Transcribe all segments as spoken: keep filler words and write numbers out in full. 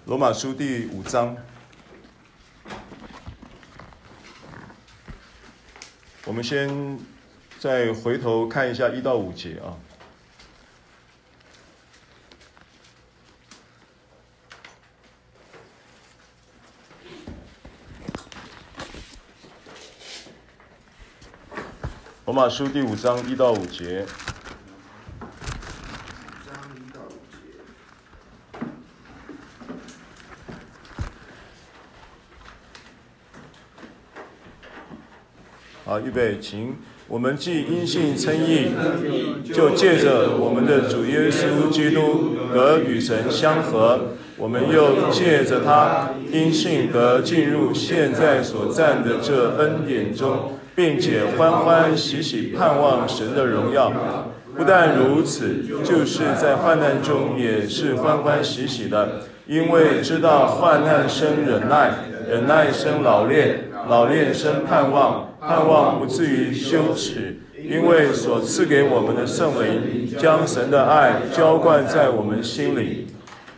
罗马书第五章，我们先再回头看一下一到五节啊。罗马书第五章一到五节。好，预备，请。我们既因信称义，就借着我们的主耶稣基督得与神相合，我们又借着他因信得进入现在所占的这恩典中，并且欢欢喜喜盼望神的荣耀。不但如此，就是在患难中也是欢欢喜喜的，因为知道患难生忍耐，忍耐生老练，老练生盼望，盼望不至于羞耻，因为所赐给我们的圣灵将神的爱浇灌在我们心里。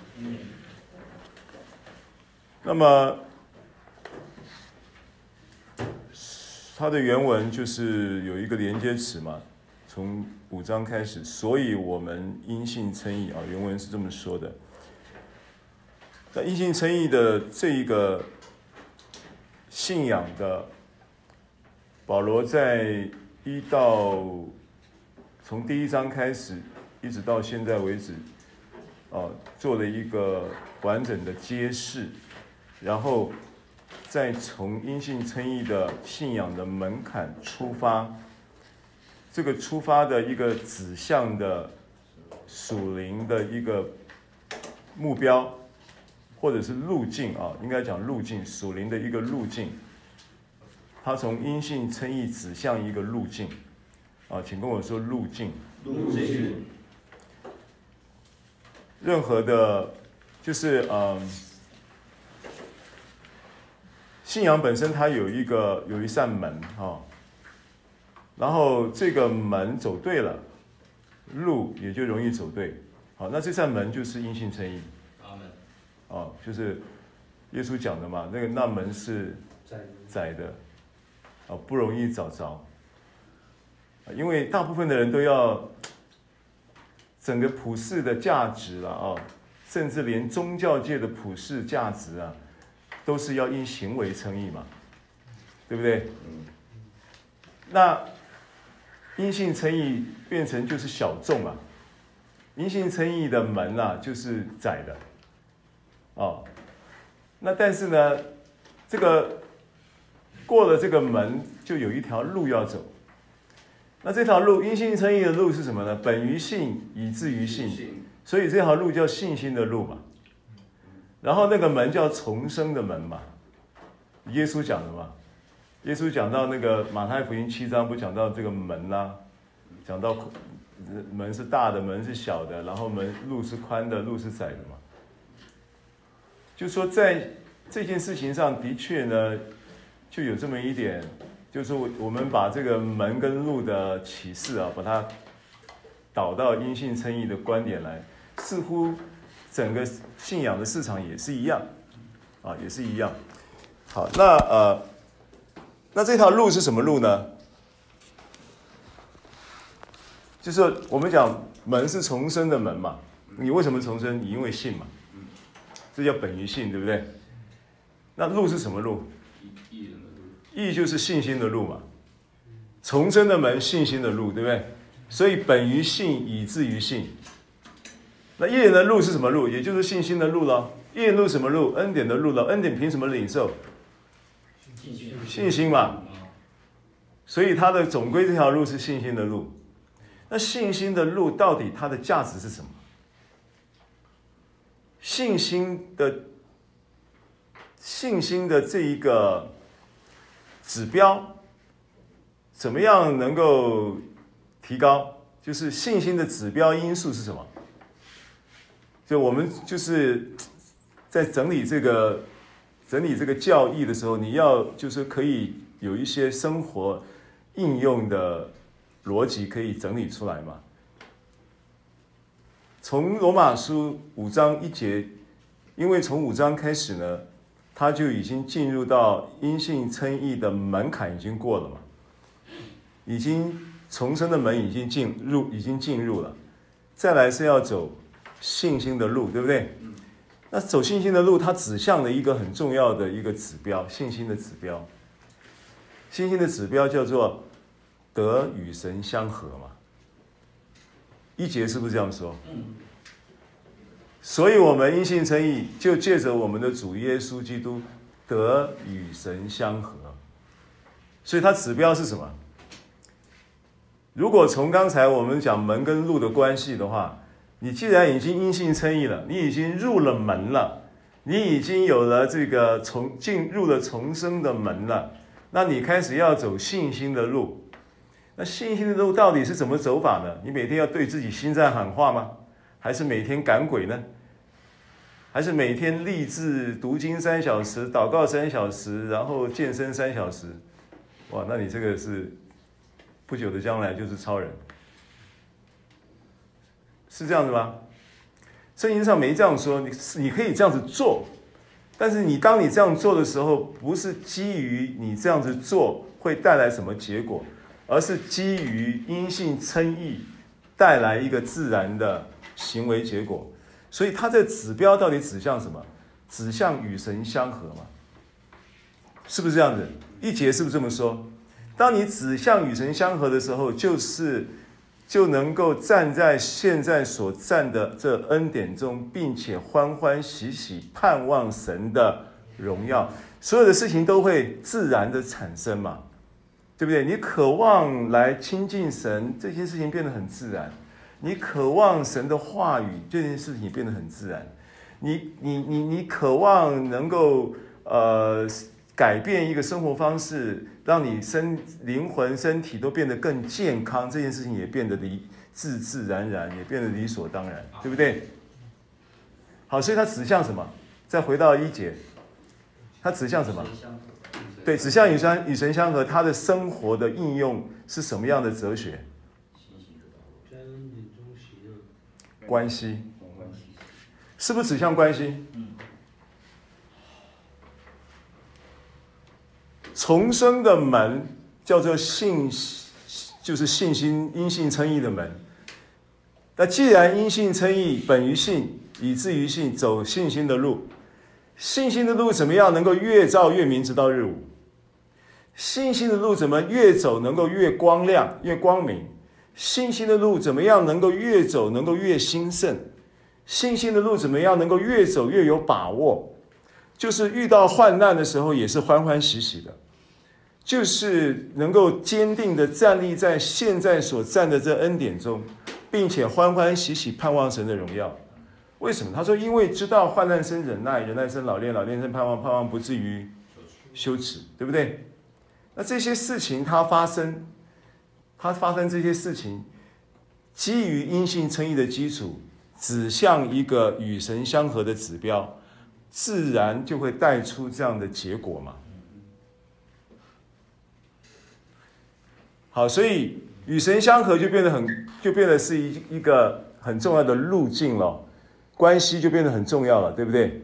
那么它的原文就是有一个连接词嘛，从五章开始，所以我们因信称义啊，原文是这么说的。那因信称义的这一个信仰的，保罗在一到从第一章开始一直到现在为止，啊，做了一个完整的揭示，然后再从因信称义的信仰的门槛出发，这个出发的一个指向的属灵的一个目标，或者是路径啊，应该讲路径，属灵的一个路径。他从因信称义指向一个路径啊，请跟我说路径。 路径。 任何的，就是嗯，信仰本身它有一个有一扇门啊，然后这个门走对了，路也就容易走对。好，那这扇门就是因信称义。 阿门。 啊，就是耶稣讲的嘛，那个那门是窄的。啊，不容易找着，因为大部分的人都要整个普世的价值了啊，甚至连宗教界的普世价值啊，都是要因行为称义嘛，对不对？嗯。那因信称义变成就是小众啊，因信称义的门啊就是窄的，哦，那但是呢，这个。过了这个门，就有一条路要走。那这条路，因信称义的路是什么呢？本于信，以至于信。所以这条路叫信心的路嘛。然后那个门叫重生的门嘛。耶稣讲的嘛。耶稣讲到那个马太福音七章，不讲到这个门啦、啊，讲到门是大的，门是小的，然后门路是宽的，路是窄的嘛。就说在这件事情上的确呢。就有这么一点，就是我们把这个门跟路的启示啊，把它导到因信称义的观点来，似乎整个信仰的市场也是一样，啊，也是一样。好，那呃，那这条路是什么路呢？就是我们讲门是重生的门嘛，你为什么重生？你因为信嘛，这叫本于信，对不对？那路是什么路？义就是信心的路嘛，重生的门，信心的路，对不对？所以本于信，以至于信。那义人的路是什么路？也就是信心的路了。义人路什么路？恩典的路了。恩典凭什么领受？信心嘛。所以它的总归这条路是信心的路。那信心的路到底它的价值是什么？信心的信心的这一个指标怎么样能够提高？就是信心的指标因素是什么？就我们就是在整理这个整理这个教义的时候，你要就是可以有一些生活应用的逻辑可以整理出来嘛。从罗马书五章一节因为从五章开始呢，他就已经进入到因信称义的门槛已经过了嘛，已经重生的门已经进入，已经进入了。再来是要走信心的路，对不对？那走信心的路，它指向了一个很重要的一个指标，信心的指标。信心的指标叫做得与神相合嘛。一节是不是这样说？所以我们因信称义，就借着我们的主耶稣基督得与神相合。所以它指标是什么？如果从刚才我们讲门跟路的关系的话，你既然已经因信称义了，你已经入了门了，你已经有了这个重进入了重生的门了，那你开始要走信心的路。那信心的路到底是怎么走法呢？你每天要对自己心脏喊话吗？还是每天赶鬼呢？还是每天立志读经三小时，祷告三小时，然后健身三小时？哇，那你这个是不久的将来就是超人。是这样子吗？圣经上没这样说，你你可以这样子做，但是你当你这样做的时候，不是基于你这样子做会带来什么结果，而是基于因信称义带来一个自然的行为结果。所以它这个指标到底指向什么？指向与神相合嘛？是不是这样子？一节是不是这么说？当你指向与神相合的时候，就是就能够站在现在所站的这恩典中，并且欢欢喜喜盼望神的荣耀，所有的事情都会自然的产生嘛，对不对？你渴望来亲近神，这些事情变得很自然；你渴望神的话语，这件事情也变得很自然；你你你你渴望能够呃改变一个生活方式，让你身灵魂身体都变得更健康，这件事情也变得理自自然然，也变得理所当然，对不对？好，所以它指向什么？再回到一节，它指向什么？对，指向与神与神相合，它的生活的应用是什么样的哲学？关系，是不是指向关系？重生的门叫做信，就是信心因信称义的门。那既然因信称义，本于信，以至于信，走信心的路。信心的路怎么样能够越照越明，直到日午？信心的路怎么越走能够越光亮、越光明？信心的路怎么样能够越走能够越兴盛？信心的路怎么样能够越走越有把握？就是遇到患难的时候也是欢欢喜喜的，就是能够坚定的站立在现在所站的这恩典中，并且欢欢喜喜盼望神的荣耀。为什么？他说因为知道患难生忍耐，忍耐生老练，老练生盼望，盼望不至于羞耻，对不对？那这些事情它发生，它发生这些事情基于因信称义的基础，指向一个与神相合的指标，自然就会带出这样的结果嘛。好，所以与神相合就变得很，就变得是一一个很重要的路径了，关系就变得很重要了，对不对？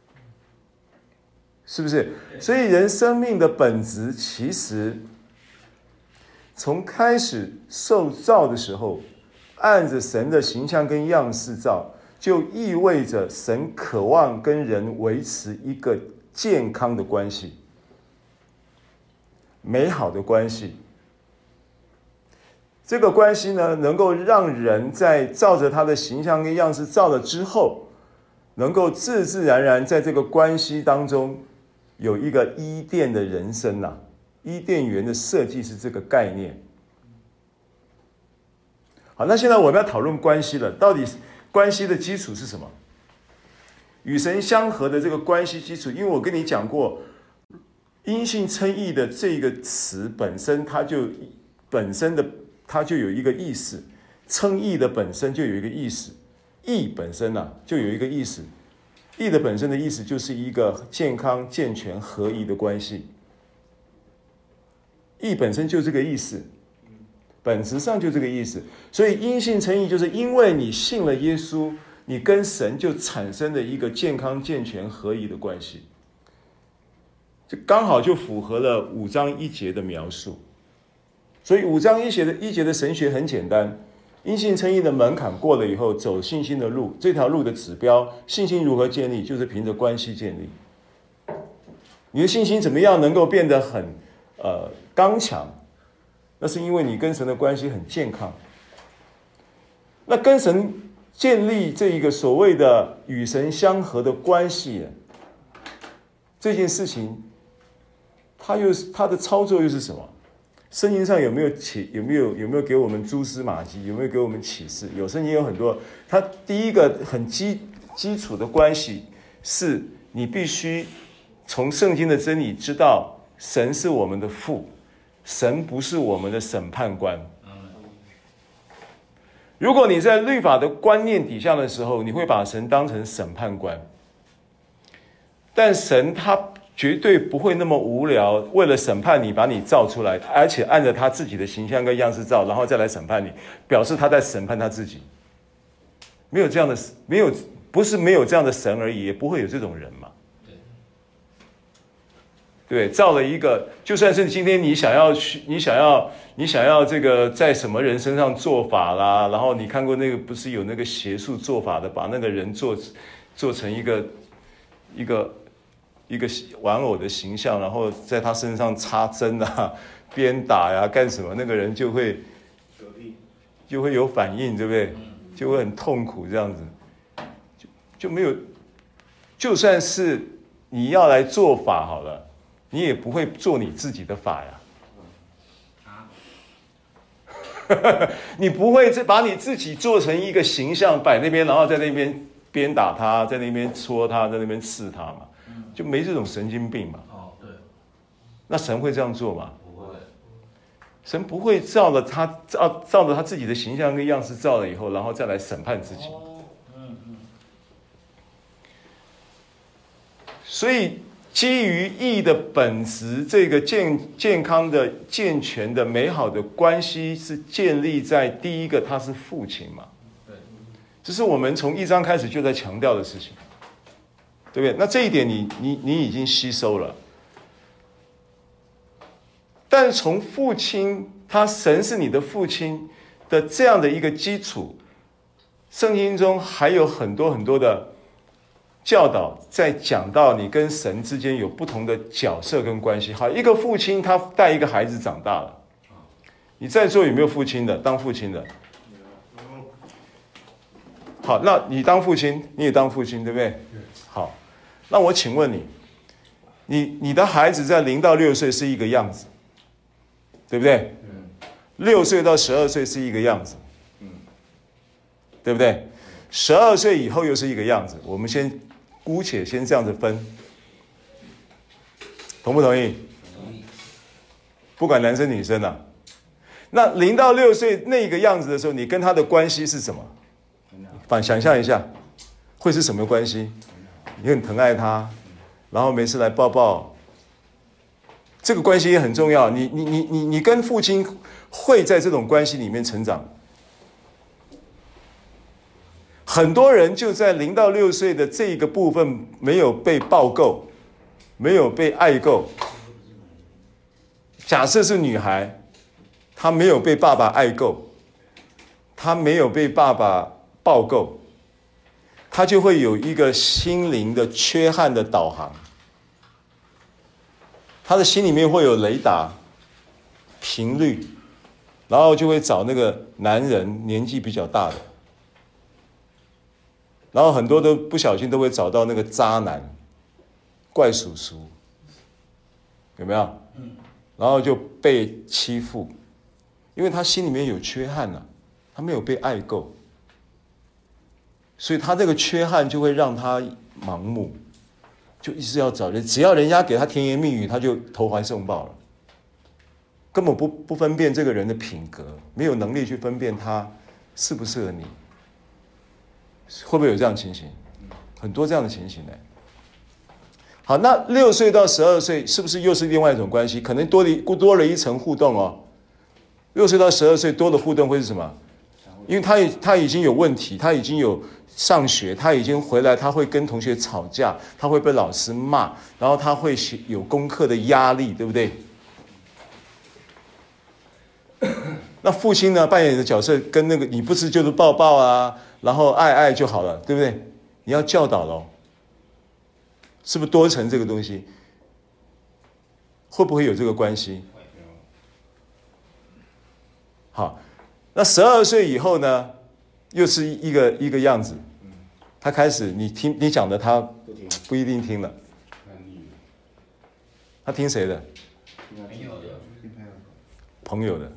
是不是？所以人生命的本质，其实从开始受造的时候，按着神的形象跟样式造，就意味着神渴望跟人维持一个健康的关系，美好的关系。这个关系呢，能够让人在照着他的形象跟样式造了之后，能够自自然然在这个关系当中有一个伊甸的人生啊。伊甸园的设计是这个概念。好，那现在我们要讨论关系了，到底关系的基础是什么？与神相合的这个关系基础，因为我跟你讲过，因信称义的这个词本身，它就本身的它就有一个意思，称义的本身就有一个意思，义本身啊就有一个意思，义的本身的意思就是一个健康、健全、合一的关系，义本身就这个意思。本质上就这个意思，所以因信称义就是因为你信了耶稣， 你跟神就产生了一个健康、健全、合一的关系，这刚好就符合了五章一节的描述。所以五章一节的一节的神学很简单，因信称义的门槛过了以后，走信心的路，这条路的指标，信心如何建立，就是凭着关系建立。你的信心怎么样能够变得很呃刚强？那是因为你跟神的关系很健康。那跟神建立这一个所谓的与神相合的关系，这件事情，它又是它的操作又是什么？圣经上有没有启有没有有没有给我们蛛丝马迹？有没有给我们启示？有，圣经有很多。它第一个很基基础的关系是，你必须从圣经的真理知道，神是我们的父，神不是我们的审判官。如果你在律法的观念底下的时候，你会把神当成审判官，但神他绝对不会那么无聊，为了审判你把你造出来，而且按照他自己的形象跟样式造，然后再来审判你，表示他在审判他自己。没有这样的，没有，不是没有这样的神而已，也不会有这种人嘛。对，造了一个，就算是今天你想要去，你想要，你想要这个在什么人身上做法啦，然后你看过那个不是有那个邪术做法的，把那个人做做成一个一个一个玩偶的形象，然后在他身上插针啊、鞭打呀、啊、干什么，那个人就会就会有反应，对不对？就会很痛苦这样子，就就没有，就算是你要来做法好了。你也不会做你自己的法呀，你不会把你自己做成一个形象摆那边，然后在那边鞭打他，在那边戳他，在那边刺他嘛，就没这种神经病嘛。哦，对。那神会这样做吗？不会。神不会照了他照照着他自己的形象跟样式照了以后，然后再来审判自己。嗯嗯。所以。基于义的本质，这个健健康的、健全的、美好的关系是建立在第一个，他是父亲嘛。对，这是我们从一章开始就在强调的事情，对不对？那这一点你你你已经吸收了，但从父亲，他神是你的父亲的这样的一个基础，圣经中还有很多很多的。教导在讲到你跟神之间有不同的角色跟关系。好，一个父亲他带一个孩子长大了，你在座有没有父亲的？当父亲的？好，那你当父亲，你也当父亲，对不对？好，那我请问你，你你的孩子在零到六岁是一个样子，对不对？六岁到十二岁是一个样子，对不对？十二岁以后又是一个样子。我们先。姑且先这样子分，同不同意？同意。不管男生女生啊，那零到六岁那个样子的时候，你跟他的关系是什么？反想象一下，会是什么关系？你很疼爱他，然后没事来抱抱，这个关系也很重要。你你你你你跟父亲会在这种关系里面成长。很多人就在零到六岁的这个部分没有被抱够，没有被爱够。假设是女孩，她没有被爸爸爱够，她没有被爸爸抱够，她就会有一个心灵的缺憾的导航。她的心里面会有雷达频率，然后就会找那个男人年纪比较大的。然后很多都不小心都会找到那个渣男、怪叔叔，有没有？然后就被欺负，因为他心里面有缺憾啊，他没有被爱够，所以他这个缺憾就会让他盲目，就一直要找人，只要人家给他甜言蜜语，他就投怀送抱了，根本不不分辨这个人的品格，没有能力去分辨他适不适合你。会不会有这样的情形？很多这样的情形呢。好，那六岁到十二岁是不是又是另外一种关系？可能多了多了一层互动哦。六岁到十二岁多的互动会是什么？因为他他已经有问题，他已经有上学，他已经回来，他会跟同学吵架，他会被老师骂，然后他会有功课的压力，对不对？那父亲呢，扮演的角色跟那个你不是就是抱抱啊，然后爱爱就好了，对不对？你要教导咯，是不是多层这个东西？会不会有这个关系？好，那十二岁以后呢，又是一个一个样子。他开始你听你讲的，他不一定听了。他听谁的？朋友的。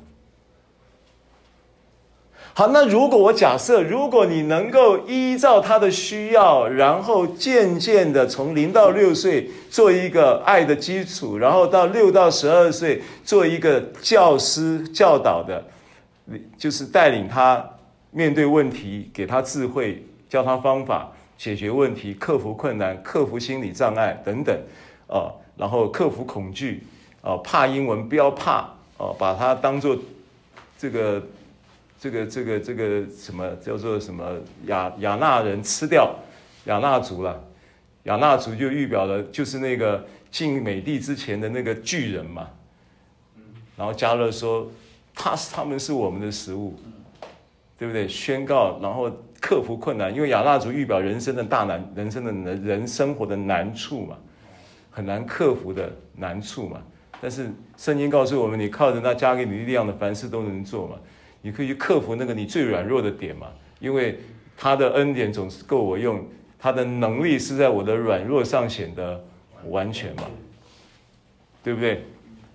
好，那如果我假设，如果你能够依照他的需要，然后渐渐的从零到六岁做一个爱的基础，然后到六到十二岁做一个教师教导的，就是带领他面对问题，给他智慧，教他方法解决问题，克服困难，克服心理障碍等等，啊，然后克服恐惧，啊，怕英文不要怕，啊，把它当做这个。这个这个这个什么叫做什么亚亚纳人吃掉亚纳族了，亚纳族就预表了就是那个进美帝之前的那个巨人嘛，然后加勒说他他们是我们的食物，对不对？宣告，然后克服困难，因为亚纳族预表人生的大难，人生的人人生活的难处嘛，很难克服的难处嘛。但是圣经告诉我们，你靠着那加给你力量的，凡事都能做嘛。你可以去克服那个你最软弱的点嘛，因为他的恩典总是够我用，他的能力是在我的软弱上显得完全嘛，对不对？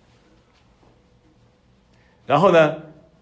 然后呢，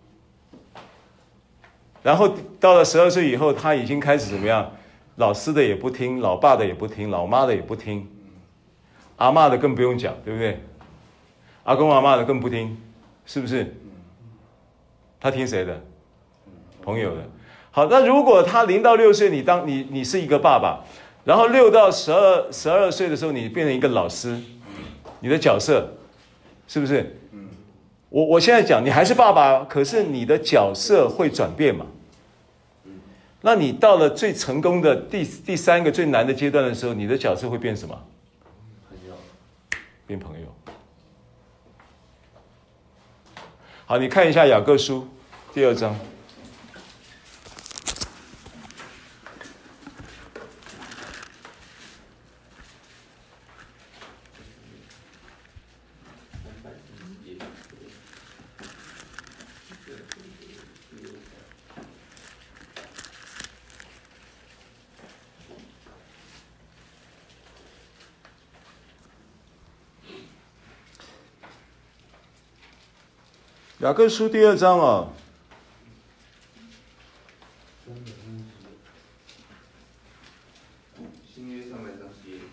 然后到了十二岁以后，他已经开始怎么样？老师的也不听，老爸的也不听，老妈的也不听，阿嬷的更不用讲，对不对？阿公阿嬷的更不听，是不是？他听谁的？朋友的。好，那如果他零到六岁，你当你你是一个爸爸，然后六到十二十二岁的时候，你变成一个老师，你的角色是不是？我我现在讲，你还是爸爸，可是你的角色会转变嘛？那你到了最成功的第第三个最难的阶段的时候，你的角色会变什么？朋友，变朋友。好，你看一下雅各书第二章。雅各书第二章啊， 新约三百章十页。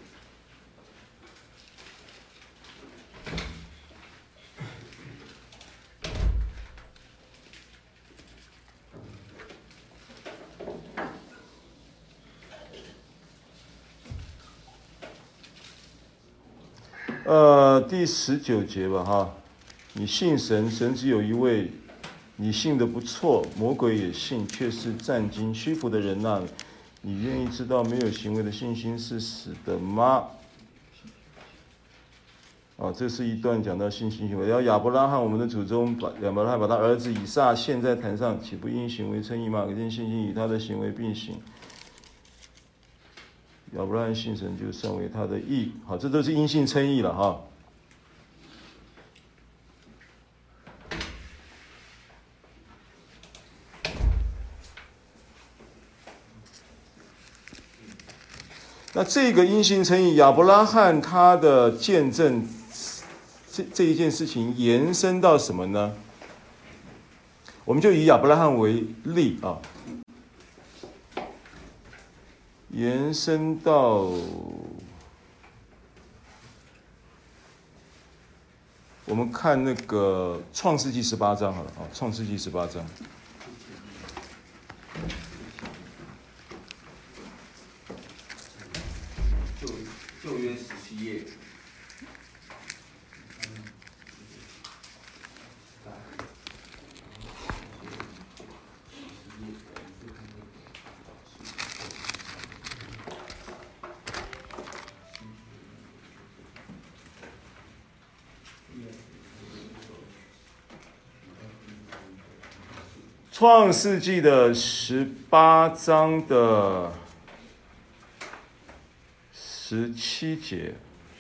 呃，第十九节吧，哈。你信神，神只有一位，你信的不错，魔鬼也信，却是战惊虚浮的人呐、啊。你愿意知道没有行为的信心是死的吗？哦，这是一段讲到信心行为。然后亚伯拉罕，我们的祖宗，把亚伯拉罕把他儿子以撒献在坛上，岂不因行为称义吗？可见信心与他的行为并行。亚伯拉罕信神，就算为他的义。好，这都是因信称义了哈。那这个因信称义，亚伯拉罕他的见证，这这一件事情延伸到什么呢？我们就以亚伯拉罕为例啊，延伸到我们看那个创世纪十八章好了啊，创世纪十八章。 旧约十七页。 创世纪的十八章的十七节。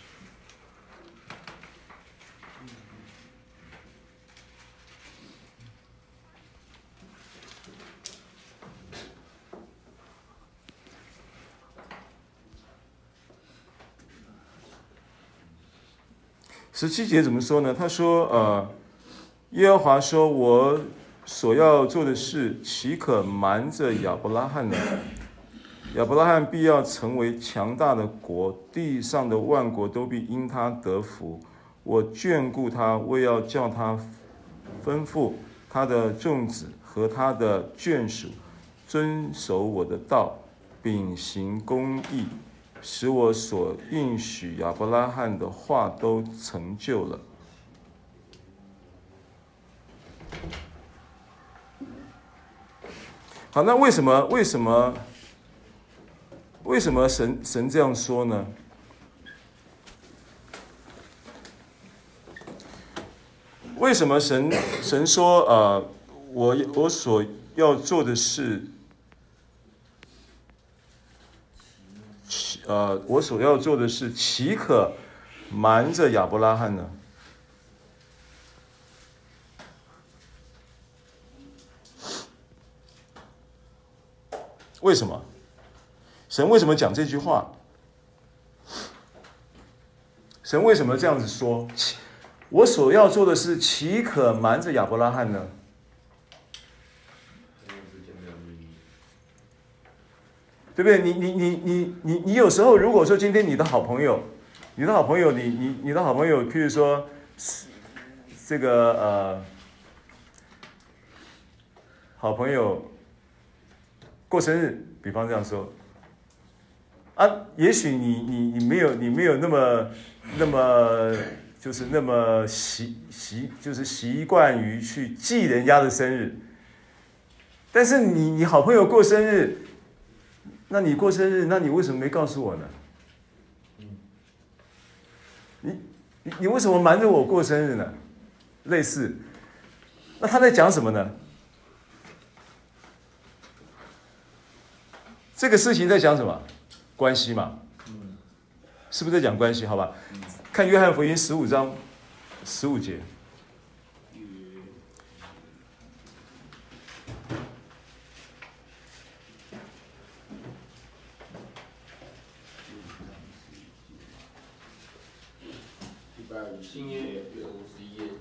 十七节怎么说呢？他说：“呃，耶和华说，我所要做的事，岂可瞒着亚伯拉罕呢？亚伯拉罕必要成为强大的国，地上的万国都必因他得福。我眷顾他，为要叫他吩咐他的众子和他的眷属遵守我的道，秉行公义。”使我所应许亚伯拉罕的话都成就了。好，那为什么为什么为什么神神这样说呢？为什么神神说呃，我我所要做的事？呃，我所要做的事，岂可瞒着亚伯拉罕呢？为什么？神为什么讲这句话？神为什么这样子说？我所要做的事，岂可瞒着亚伯拉罕呢？对不对？你你你你你你有时候，如果说今天你的好朋友，你的好朋友，你你你的好朋友，譬如说，这个呃，好朋友过生日，比方这样说，啊，也许你你你没有你没有那么那么就是那么习习就是习惯于去记人家的生日，但是你你好朋友过生日。那你过生日，那你为什么没告诉我呢？你你你为什么瞒着我过生日呢？类似，那他在讲什么呢？这个事情在讲什么？关系嘛，是不是在讲关系？好吧，看约翰福音十五章十五节。 新约第五十一页。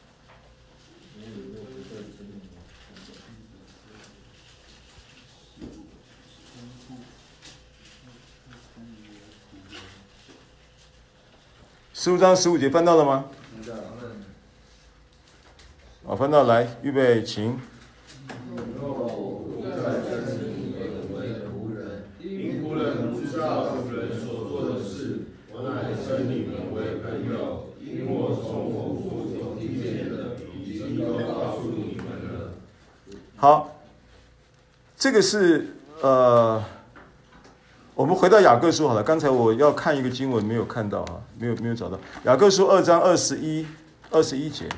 十五章十五节翻到了吗？好，翻到来，预备，请。 因仆人不知道主人所做的事，我乃称你们为朋友，因我从我父所听见的，已经都告诉你们了。 好，这个是呃，我们回到雅各书好了。刚才我要看一个经文，没有看到哈，没有没有找到。雅各书二章二十一二十一节，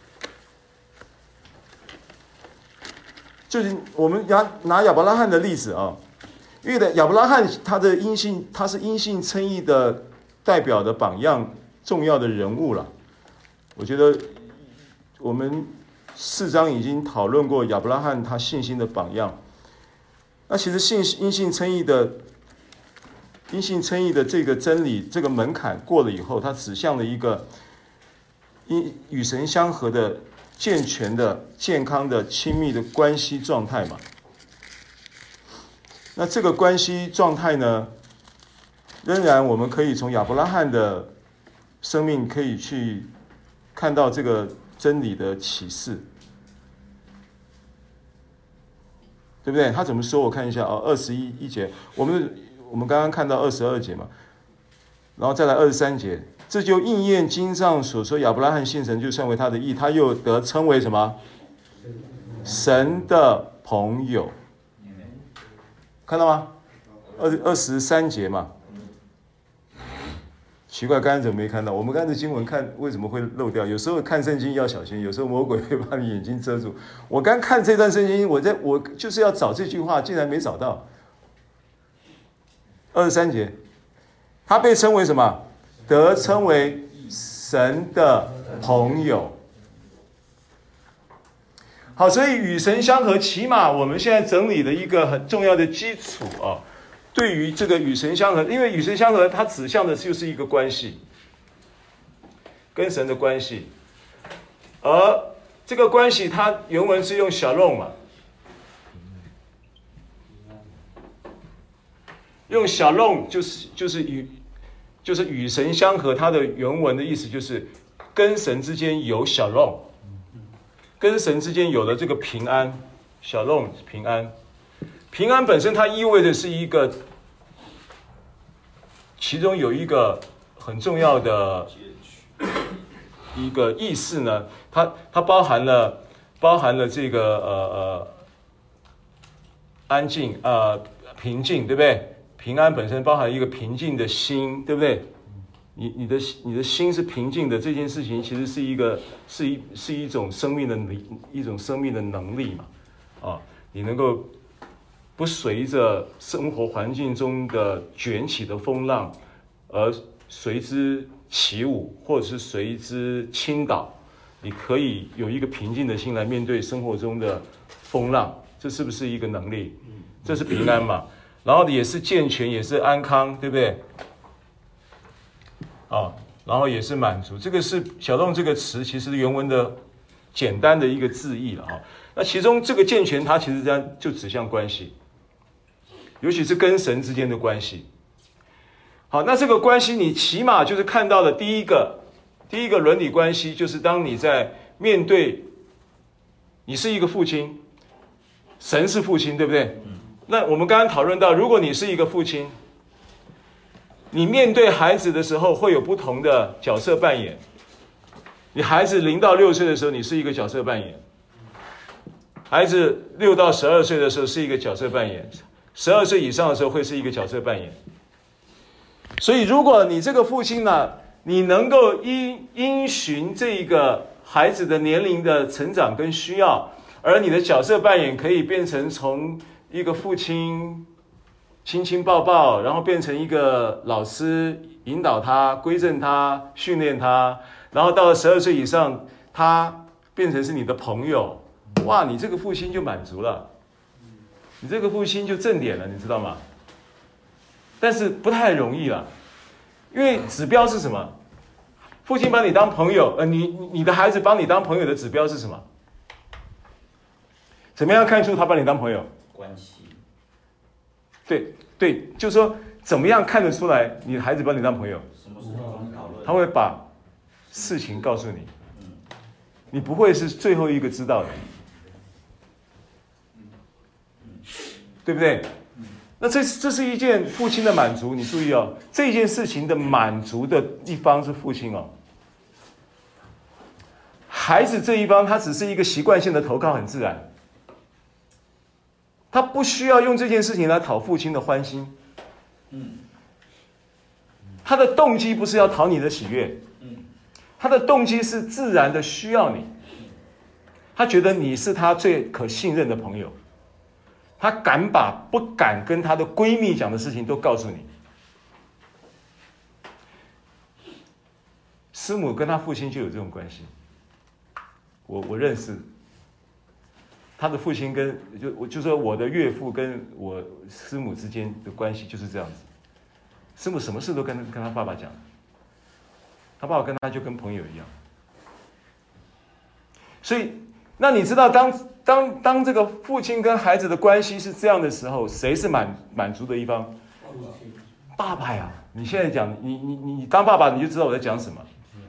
就是我们拿拿亚伯拉罕的例子啊，因为亚伯拉罕他的因信，他是因信称义的代表的榜样，重要的人物了。我觉得我们四章已经讨论过亚伯拉罕他信心的榜样。那其实信因信称义的因信称义的这个真理，这个门槛过了以后，它指向了一个因与神相合的健全的、健康的、亲密的关系状态嘛。那这个关系状态呢，仍然我们可以从亚伯拉罕的生命可以去看到这个真理的启示，对不对？他怎么说？我看一下哦，二十一一节，我们我们刚刚看到二十二节嘛，然后再来二十三节，这就应验经上所说，亚伯拉罕信神，就算为他的义，他又得称为什么？神的朋友，看到吗？二二十三节嘛。 奇怪，刚才怎么没看到？我们刚才经文看为什么会漏掉？有时候看圣经要小心，有时候魔鬼会把你眼睛遮住。我刚看这段圣经，我在我就是要找这句话，竟然没找到。二十三节，他被称为什么？得称为神的朋友。好，所以与神相合，起码我们现在整理的一个很重要的基础啊。对于这个与神相合，因为与神相合，它指向的就是一个关系，跟神的关系。而这个关系，它原文是用 shalom 嘛，用 shalom 就是就是与就是与神相合，它的原文的意思就是跟神之间有 shalom， 跟神之间有了这个平安 ，shalom 平安。平安本身它意味的是一个，其中有一个很重要的一个意思呢，它它包含了包含了这个呃呃安静呃平静，对不对？平安本身包含一个平静的心，对不对？你你的你的心是平静的，这件事情其实是一个是一是一种生命的一种生命的能力嘛，啊，你能够不随着生活环境中的卷起的风浪而随之起舞，或者是随之倾倒，你可以有一个平静的心来面对生活中的风浪，这是不是一个能力？这是平安嘛？然后也是健全，也是安康，对不对？啊，然后也是满足。这个是小洞这个词，其实原文的简单的一个字义了哈。那其中这个健全，它其实这样就指向关系。尤其是跟神之间的关系。好，那这个关系你起码就是看到了第一个第一个伦理关系，就是当你在面对你是一个父亲，神是父亲，对不对？那我们刚刚讨论到，如果你是一个父亲，你面对孩子的时候会有不同的角色扮演。你孩子零到六岁的时候，你是一个角色扮演；孩子六到十二岁的时候是一个角色扮演。十二岁以上的时候会是一个角色扮演，所以如果你这个父亲呢，你能够因因循这个孩子的年龄的成长跟需要，而你的角色扮演可以变成从一个父亲亲亲抱抱，然后变成一个老师引导他、规正他、训练他，然后到了十二岁以上，他变成是你的朋友，哇，你这个父亲就满足了。你这个父亲就正点了，你知道吗？但是不太容易了，因为指标是什么？父亲把你当朋友，呃，你你的孩子把你当朋友的指标是什么？怎么样看出他把你当朋友？ 关系。 对对，就是说怎么样看得出来你的孩子把你当朋友？ 什么时候讨论？ 他会把事情告诉你，你不会是最后一个知道的。对不对？那这这是一件父亲的满足，你注意哦，这件事情的满足的一方是父亲哦，孩子这一方他只是一个习惯性的投靠，很自然，他不需要用这件事情来讨父亲的欢心，他的动机不是要讨你的喜悦，他的动机是自然的需要你，他觉得你是他最可信任的朋友。她敢把不敢跟她的闺蜜讲的事情都告诉你。师母跟她父亲就有这种关系。我我认识她的父亲跟就我就说我的岳父跟我师母之间的关系就是这样子。师母什么事都跟跟她爸爸讲，她爸爸跟她就跟朋友一样。所以，那你知道当当当这个父亲跟孩子的关系是这样的时候，谁是满满足的一方？爸爸呀！你现在讲，你你你当爸爸，你就知道我在讲什么。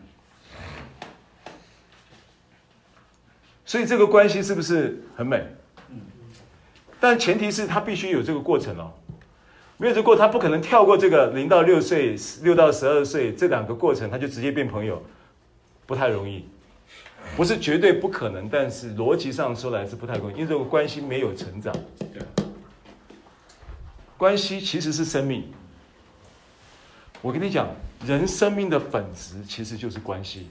所以这个关系是不是很美？但前提是他必须有这个过程哦，没有这个过程，他不可能跳过这个零到六岁、六到十二岁这两个过程，他就直接变朋友，不太容易。不是绝对不可能，但是逻辑上说来是不太可能，因为这个关系没有成长。关系其实是生命， 我跟你讲，人生命的本质其实就是关系。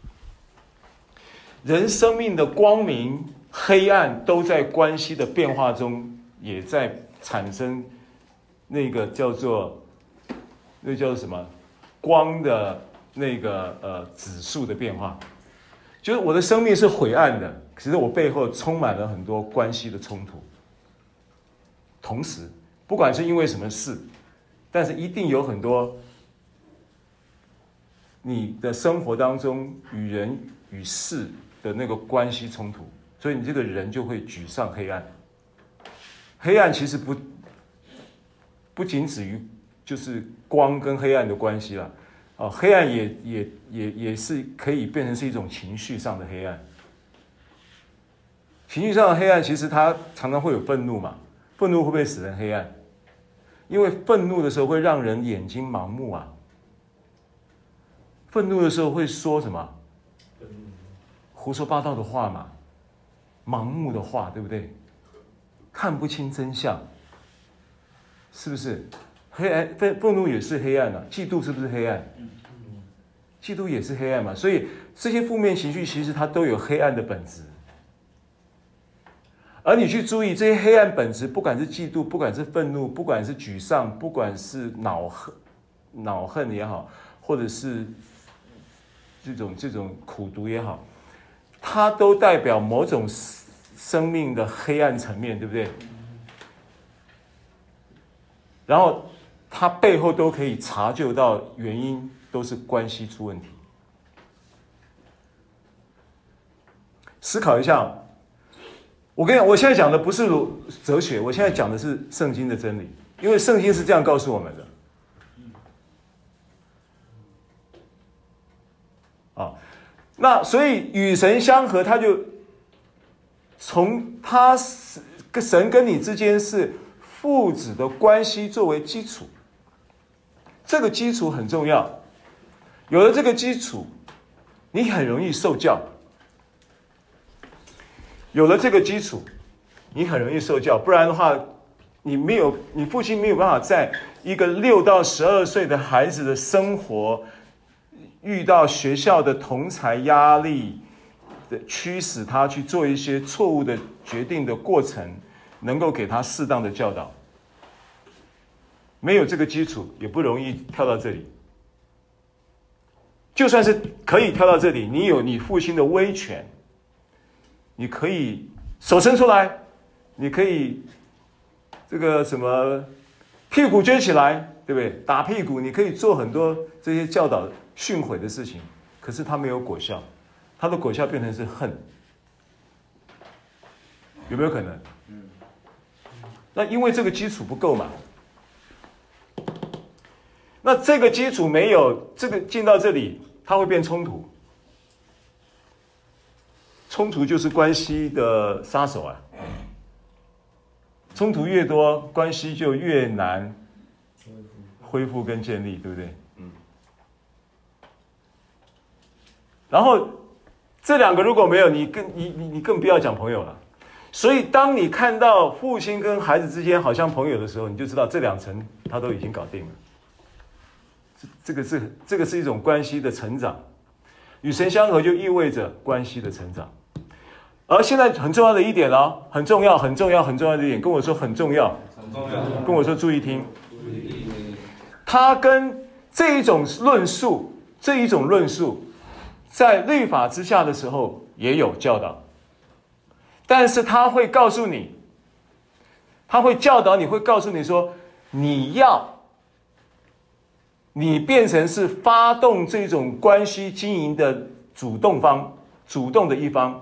人生命的光明、黑暗都在关系的变化中，也在产生那个叫做那叫做什么光的那个呃指数的变化。就是我的生命是灰暗的，可是我背后充满了很多关系的冲突。同时，不管是因为什么事，但是一定有很多你的生活当中与人与事的那个关系冲突，所以你这个人就会沮丧、黑暗。黑暗其实不不仅止于就是光跟黑暗的关系啦，哦，黑暗也也也也是可以变成是一种情绪上的黑暗。情绪上的黑暗，其实它常常会有愤怒嘛，愤怒会不会使人黑暗？因为愤怒的时候会让人眼睛盲目啊。愤怒的时候会说什么？胡说八道的话嘛，盲目的话，对不对？看不清真相，是不是？黑暗愤愤怒也是黑暗啊，嫉妒是不是黑暗？嫉妒也是黑暗嘛。所以这些负面情绪其实它都有黑暗的本质。而你去注意这些黑暗本质，不管是嫉妒，不管是愤怒，不管是沮丧，不管是恼恨、恼恨也好，或者是这种这种苦毒也好，它都代表某种生命的黑暗层面，对不对？然后它背后都可以查究到原因，都是关系出问题。思考一下。我跟你讲，我现在讲的不是哲学，我现在讲的是圣经的真理，因为圣经是这样告诉我们的。啊，那所以与神相合，他就从他神跟你之间是父子的关系作为基础，这个基础很重要。有了这个基础，你很容易受教。有了这个基础，你很容易受教，不然的话，你没有，你父亲没有办法在一个六到十二岁的孩子的生活，遇到学校的同侪压力的驱使他去做一些错误的决定的过程，能够给他适当的教导。没有这个基础，也不容易跳到这里。就算是可以跳到这里，你有你父亲的威权。你可以手伸出来，你可以这个什么屁股撅起来，对不对？打屁股，你可以做很多这些教导训诲的事情，可是它没有果效，它的果效变成是恨，有没有可能？那因为这个基础不够嘛。那这个基础没有，这个进到这里，它会变冲突。冲突就是关系的杀手啊！冲突越多，关系就越难恢复跟建立，对不对？嗯。然后这两个如果没有，你更你你你更不要讲朋友了。所以，当你看到父亲跟孩子之间好像朋友的时候，你就知道这两层他都已经搞定了。这个是这个是一种关系的成长，与神相合就意味着关系的成长。而现在很重要的一点哦，很重要，很重要，很重要的一点，跟我说很重要， 很重要， 跟我说注意听。他跟这一种论述，这一种论述，在律法之下的时候也有教导，但是他会告诉你，他会教导你，会告诉你说，你要，你变成是发动这种关系经营的主动方，主动的一方。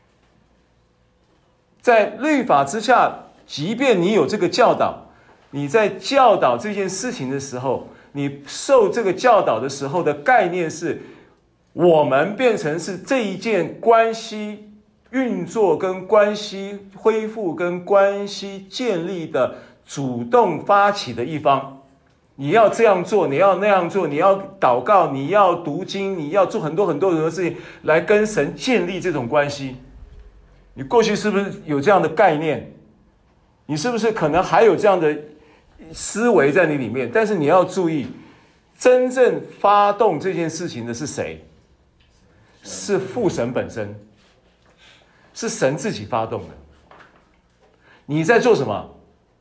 在律法之下，即便你有这个教导，你在教导这件事情的时候，你受这个教导的时候的概念是，我们变成是这一件关系运作跟关系恢复跟关系建立的主动发起的一方。你要这样做，你要那样做，你要祷告，你要读经，你要做很多很多很多事情来跟神建立这种关系。你过去是不是有这样的概念？你是不是可能还有这样的思维在你里面？但是你要注意， 真正发动这件事情的是谁？是父神本身，是神自己发动的。你在做什么？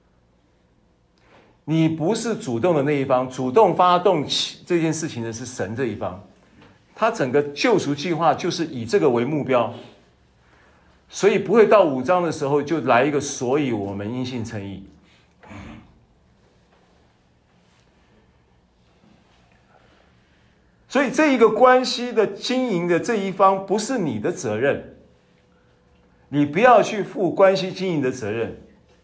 你不是主动的那一方，主动发动这件事情的是神这一方。他整个救赎计划就是以这个为目标，所以不会到五章的时候就来一个所以我们因信称义。所以这一个关系的经营的这一方不是你的责任，你不要去负关系经营的责任。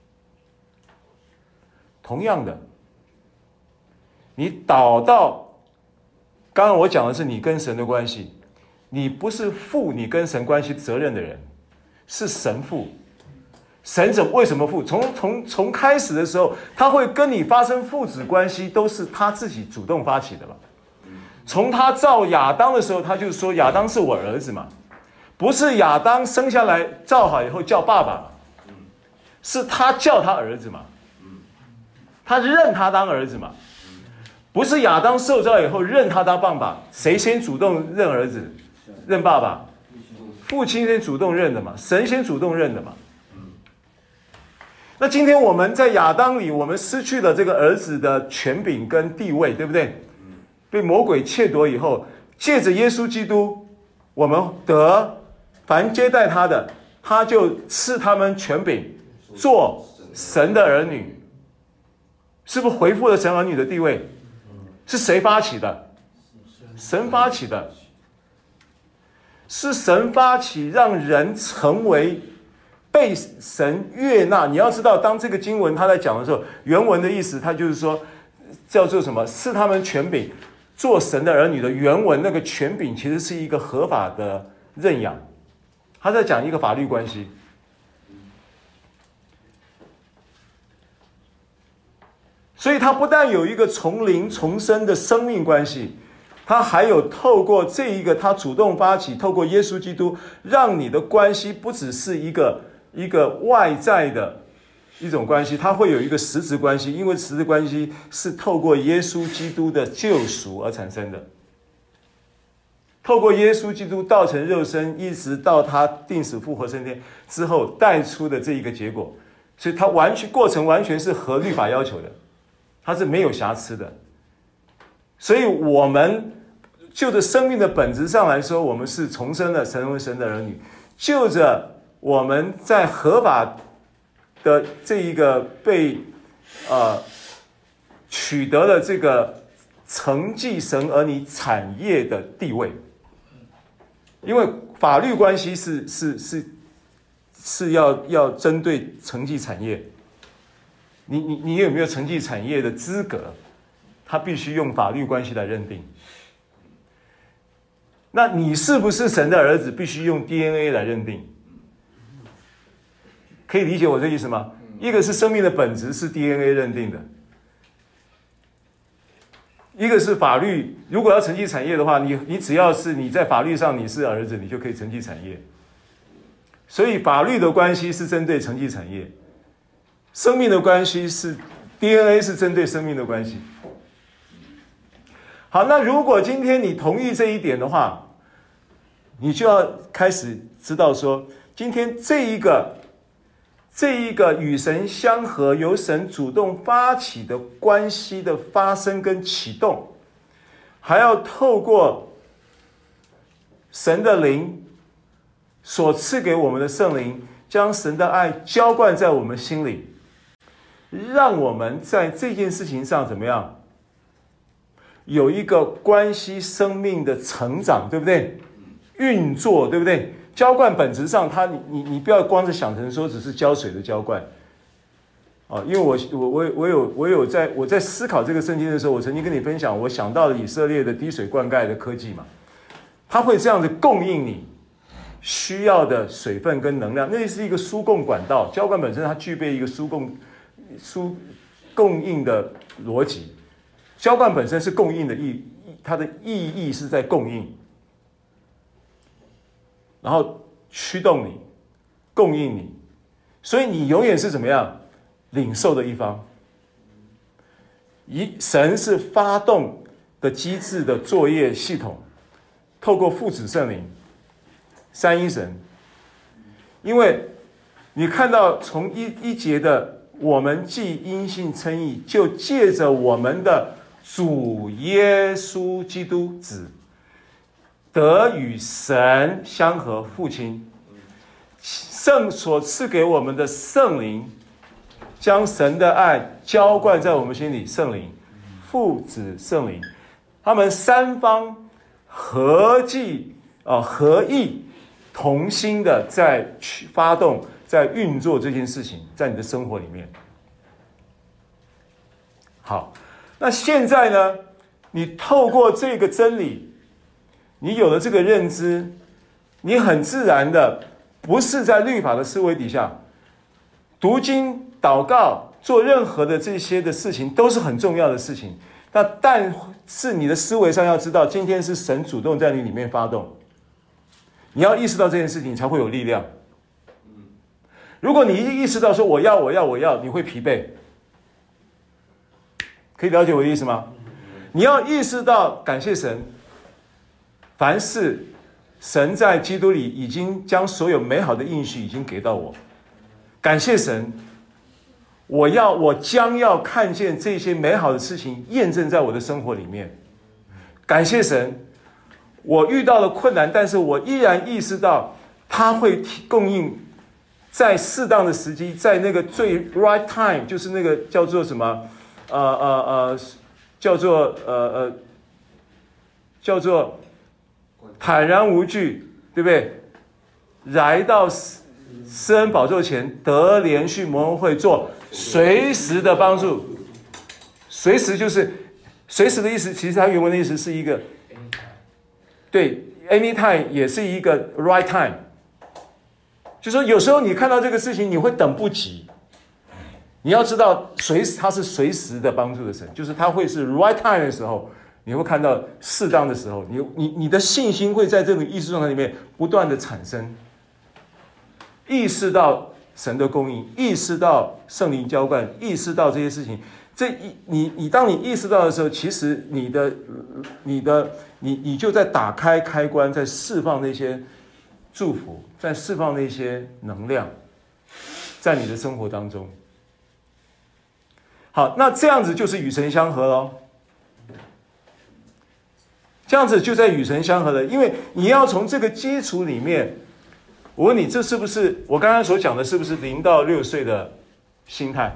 同样的，你导到刚刚我讲的是你跟神的关系，你不是负你跟神关系责任的人，是神负。神怎为什么负？从从从开始的时候，他会跟你发生父子关系，都是他自己主动发起的嘛。从他造亚当的时候，他就说亚当是我儿子嘛，不是亚当生下来造好以后叫爸爸嘛，是他叫他儿子嘛，他认他当儿子嘛，不是亚当受造以后认他当爸爸，谁先主动认儿子、认爸爸？父亲先主动认的嘛，神先主动认的嘛。那今天我们在亚当里，我们失去了这个儿子的权柄跟地位，对不对？被魔鬼窃夺以后，借着耶稣基督，我们得凡接待他的，他就赐他们权柄，做神的儿女。是不是回复了神儿女的地位？是谁发起的？神发起的。是神发起让人成为被神悦纳。你要知道，当这个经文他在讲的时候，原文的意思他就是说叫做什么？赐他们权柄做神的儿女的原文那个权柄其实是一个合法的认养，他在讲一个法律关系。所以他不但有一个从灵重生的生命关系，他还有透过这一个他主动发起，透过耶稣基督，让你的关系不只是一个一个外在的一种关系，它会有一个实质关系，因为实质关系是透过耶稣基督的救赎而产生的。透过耶稣基督道成肉身，一直到他定死复活升天之后带出的这一个结果，所以它完全过程完全是合律法要求的，它是没有瑕疵的。所以我们就着生命的本质上来说，我们是重生的，成为神的儿女。就着我们在合法的这一个被呃取得了这个承继神儿女产业的地位，因为法律关系是是是是要要针对承继产业。你你你有没有承继产业的资格？他必须用法律关系来认定。那你是不是神的儿子，必须用 D N A 来认定。可以理解我这意思吗？一个是生命的本质是 D N A 认定的，一个是法律。如果要承继产业的话，你你只要是你在法律上你是儿子，你就可以承继产业。所以法律的关系是针对承继产业，生命的关系是 D N A 是针对生命的关系。好，那如果今天你同意这一点的话，你就要开始知道说，今天这一个这一个与神相合，由神主动发起的关系的发生跟启动，还要透过神的灵所赐给我们的圣灵，将神的爱浇灌在我们心里，让我们在这件事情上怎么样？有一个关系生命的成长，对不对？运作，对不对？浇灌本质上，它你你你不要光是想成说只是浇水的浇灌，哦，因为我我我我有我有在我在思考这个圣经的时候，我曾经跟你分享，我想到了以色列的滴水灌溉的科技嘛，它会这样子供应你需要的水分跟能量，那是一个输供管道。浇灌本身它具备一个输供输供应的逻辑。浇灌本身是供应的意，它的意义是在供应，然后驱动你，供应你，所以你永远是怎么样领受的一方。一神是发动的机制的作业系统，透过父子圣灵三一神。因为你看到从一一节的我们既因信称义，就借着我们的主耶稣基督子得与神相合，父亲圣所赐给我们的圣灵，将神的爱浇灌在我们心里。圣灵、父子、圣灵，他们三方合计啊、呃、合意同心的在发动，在运作这件事情，在你的生活里面。好，那现在呢，你透过这个真理，你有了这个认知，你很自然的不是在律法的思维底下，读经、祷告、做任何的这些的事情都是很重要的事情。那但是你的思维上要知道，今天是神主动在你里面发动，你要意识到这件事情，你才会有力量。如果你一意识到说我要我要我要，你会疲惫。可以了解我的意思吗？你要意识到感谢神，凡事神在基督里已经将所有美好的应许已经给到我，感谢神，我要我将要看见这些美好的事情验证在我的生活里面。感谢神，我遇到了困难，但是我依然意识到他会供应在适当的时机，在那个最 right time， 就是那个叫做什么呃呃呃叫做呃呃叫做坦然无惧，对不对？来到施恩宝座前，得连续蒙恩惠，做随时的帮助。随时就是随时的意思，其实它原文的意思是一个，对 ，anytime 也是一个 right time。就是说，有时候你看到这个事情，你会等不及。你要知道，随时他是随时的帮助的神，就是他会是 right time 的时候，你会看到适当的时候，你你你的信心会在这个意识状态里面不断的产生，意识到神的供应，意识到圣灵浇灌，意识到这些事情。这一你你当你意识到的时候，其实你的你的你你就在打开开关，在释放那些祝福，在释放那些能量，在你的生活当中。好，那这样子就是与神相合咯。这样子就在与神相合了，因为你要从这个基础里面，我问你，这是不是我刚刚所讲的，是不是零到六岁的心态？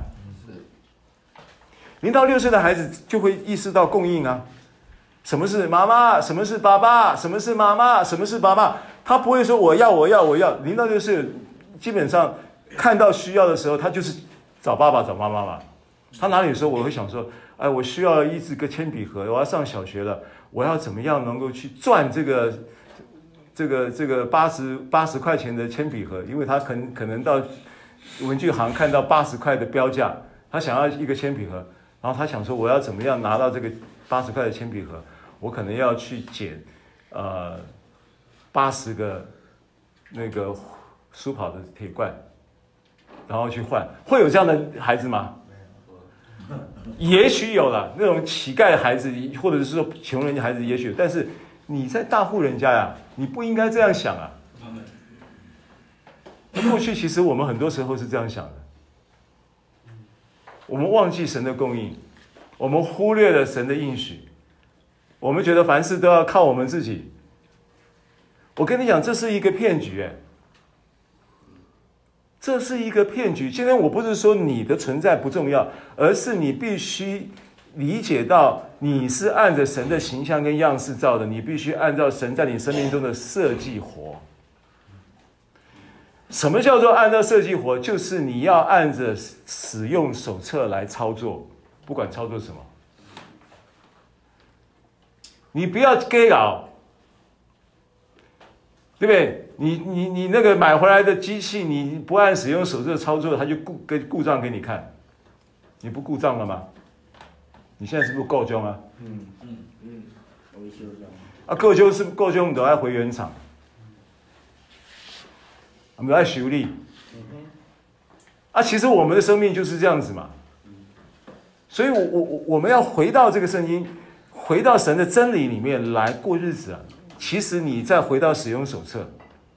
零到六岁的孩子就会意识到供应啊，什么是妈妈，什么是爸爸，什么是妈妈，什么是爸爸，他不会说我要我要我要。零到六岁基本上看到需要的时候，他就是找爸爸找妈妈嘛。他哪里说我会想说，哎，我需要一支个铅笔盒，我要上小学了，我要怎么样能够去赚这个这个这个八十八十块钱的铅笔盒？因为他可能可能到文具行看到八十块的标价，他想要一个铅笔盒，然后他想说我要怎么样拿到这个八十块的铅笔盒？我可能要去捡呃八十个那个书跑的铁罐，然后去换，会有这样的孩子吗？也许有了，那种乞丐的孩子，或者是说穷人的孩子，也许有。但是你在大户人家呀，你不应该这样想啊。过去其实我们很多时候是这样想的，我们忘记神的供应，我们忽略了神的应许，我们觉得凡事都要靠我们自己。我跟你讲，这是一个骗局，哎。这是一个骗局。今天我不是说你的存在不重要，而是你必须理解到你是按着神的形象跟样式造的，你必须按照神在你生命中的设计活。什么叫做按照设计活？就是你要按着使用手册来操作，不管操作什么，你不要给搞，对不对？你你你那个买回来的机器，你不按使用手册操作，它就故给故障给你看，你不故障了吗？你现在是不是够凶啊？嗯嗯嗯，维修这样。啊，够凶是够凶，都要回原厂，我们要修理。啊，其实我们的生命就是这样子嘛。所以我我我我们要回到这个圣经， 回到神的真理里面来过日子啊，其实你再回到使用手册，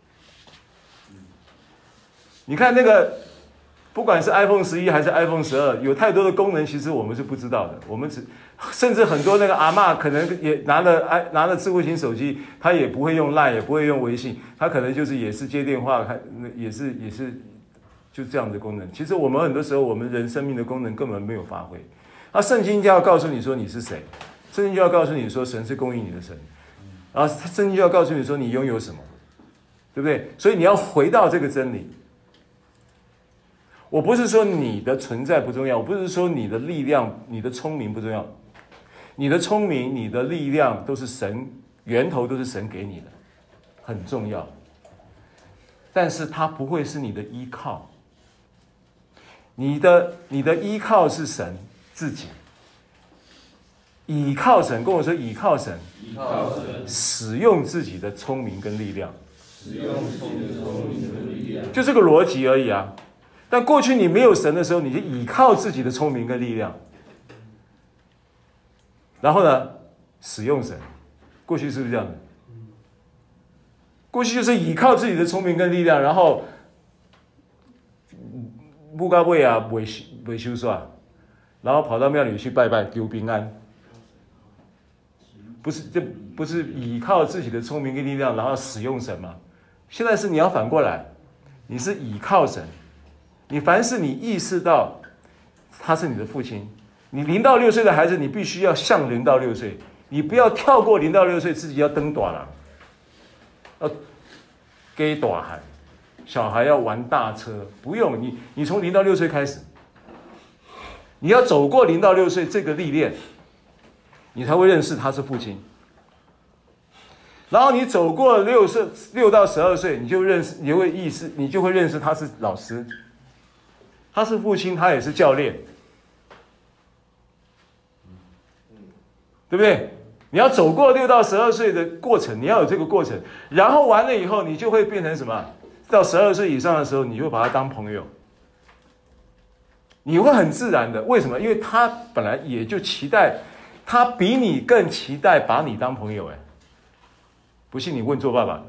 你看那个，不管是 iPhone 十一还是 iPhone 十二，有太多的功能，其实我们是不知道的。我们只甚至很多那个阿嬷可能也拿了 i 拿了智慧型手机，他也不会用 LINE， 也不会用微信，他可能就是也是接电话，也是也是就这样的功能。其实我们很多时候，我们人生命的功能根本没有发挥。那圣经就要告诉你说你是谁，圣经就要告诉你说神是供应你的神，然后圣经就要告诉你说你拥有什么，对不对？所以你要回到这个真理。我不是说你的存在不重要，我不是说你的力量、你的聪明不重要，你的聪明、你的力量都是神源头，都是神给你的，很重要。但是它不会是你的依靠，你的你的依靠是神自己，倚靠神，跟我说倚靠神， 依靠神， 使用自己的聪明跟力量， 使用自己的聪明跟力量， 就这个逻辑而已啊。但过去你没有神的时候，你就倚靠自己的聪明跟力量，然后呢，使用神。过去是不是这样的？过去就是倚靠自己的聪明跟力量，然后不高位啊，维维修算，然后跑到庙里去拜拜，求平安。不是，这不是倚靠自己的聪明跟力量，然后使用神吗？现在是你要反过来，你是倚靠神。你凡是你意识到他是你的父亲，你零到六岁的孩子，你必须要像零到六岁，你不要跳过零到六岁，自己要登大人，要给大喊，小孩要玩大车，不用你，你从零到六岁开始，你要走过零到六岁这个历练，你才会认识他是父亲。然后你走过六岁六到十二岁，你就认识，你就会意识，你就会认识他是老师。他是父亲，他也是教练，对不对？你要走过六到十二岁的过程，你要有这个过程，然后完了以后，你就会变成什么？到十二岁以上的时候，你就把他当朋友，你会很自然的。为什么？因为他本来也就期待，他比你更期待把你当朋友。哎，不信你问做爸爸的。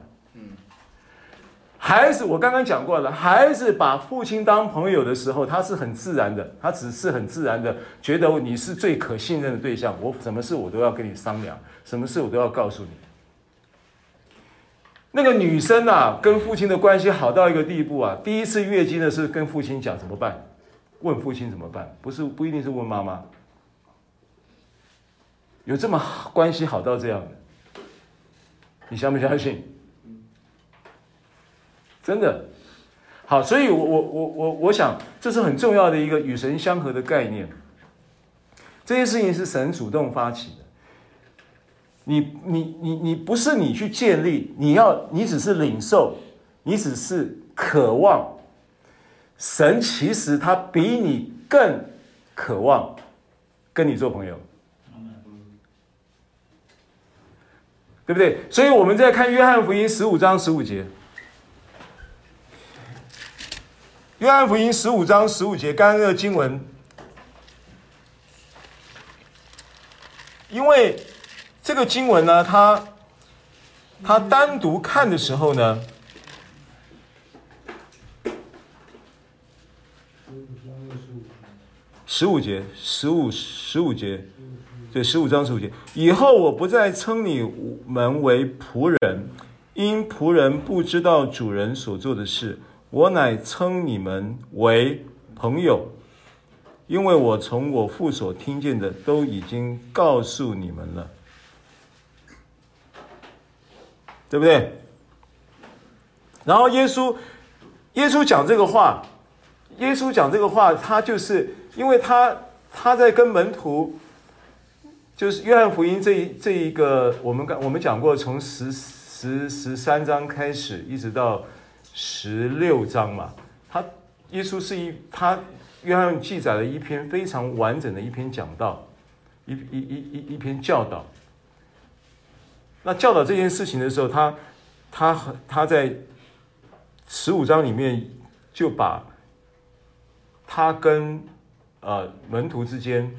孩子，我刚刚讲过了，孩子把父亲当朋友的时候，他是很自然的，他只是很自然的觉得你是最可信任的对象，我什么事我都要跟你商量，什么事我都要告诉你。那个女生啊，跟父亲的关系好到一个地步啊，第一次月经的是跟父亲讲怎么办，问父亲怎么办，不是不一定是问妈妈，有这么关系好到这样的，你相不相信？真的好，所以我我我我我想，这是很重要的一个与神相合的概念。这件事情是神主动发起的，你你你你不是你去建立，你要你只是领受，你只是渴望。神其实他比你更渴望跟你做朋友，对不对？所以我们在看约翰福音十五章十五节。约翰福音十五章十五节，刚刚那个经文，因为这个经文呢，它它单独看的时候呢，十五节，十五十五节，对，十五章十五节，以后我不再称你们为仆人，因仆人不知道主人所做的事。我乃称你们为朋友，因为我从我父所听见的都已经告诉你们了，对不对？然后耶稣，耶稣讲这个话，耶稣讲这个话，他就是因为他他在跟门徒，就是约翰福音这一这一个，我们刚我们讲过，从十十十三章开始，一直到十六章嘛，他耶稣是一他约翰记载了一篇非常完整的一篇讲道，一一一一一篇教导。那教导这件事情的时候，他他他在十五章里面就把他跟呃门徒之间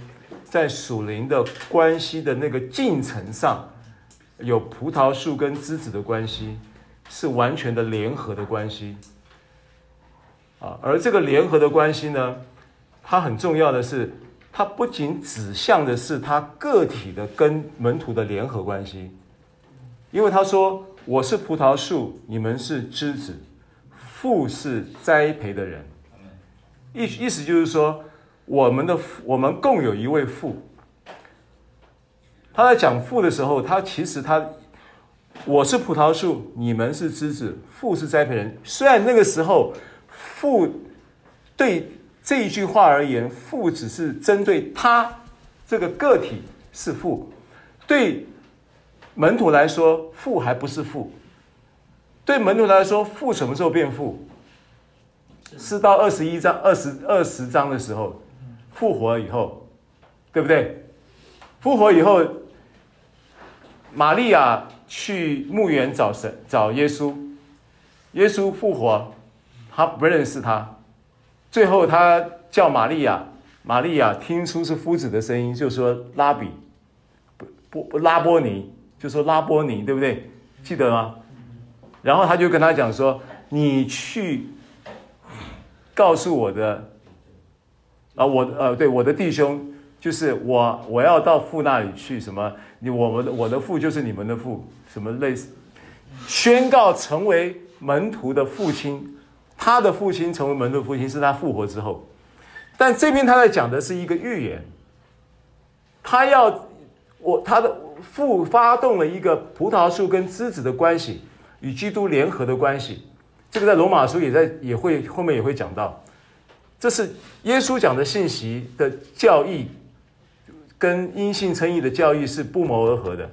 在属灵的关系的那个进程上，有葡萄树跟枝子的关系，是完全的联合的关系啊。而这个联合的关系呢，它很重要的是，它不仅指向的是它个体的跟门徒的联合关系，因为他说：“我是葡萄树，你们是枝子，父是栽培的人。”意意思就是说，我们的我们共有一位父。他在讲父的时候，他其实他我是葡萄树，你们是枝子，父是栽培人。虽然那个时候父对这一句话而言，父只是针对他这个个体是父，对门徒来说，父还不是父。对门徒来说，父什么时候变父？是到二十一章、二十二十章的时候，复活以后，对不对？复活以后，玛利亚去墓园找神，找耶稣。耶稣复活，他不认识他。最后他叫玛利亚，玛利亚听出是夫子的声音，就说拉比，不不拉波尼，就说拉波尼，对不对？记得吗？然后他就跟他讲说：“你去告诉我的，啊，我呃，对我的弟兄，就是我，我要到父那里去，什么？你我们的我的父就是你们的父，什么类似，宣告成为门徒的父亲，他的父亲成为门徒的父亲是他复活之后，但这边他在讲的是一个预言，他要我他的父发动了一个葡萄树跟枝子的关系。”与基督联合的关系，这个在罗马书也在也会后面也会讲到，这是耶稣讲的信息的教义，跟因信称义的教义是不谋而合的。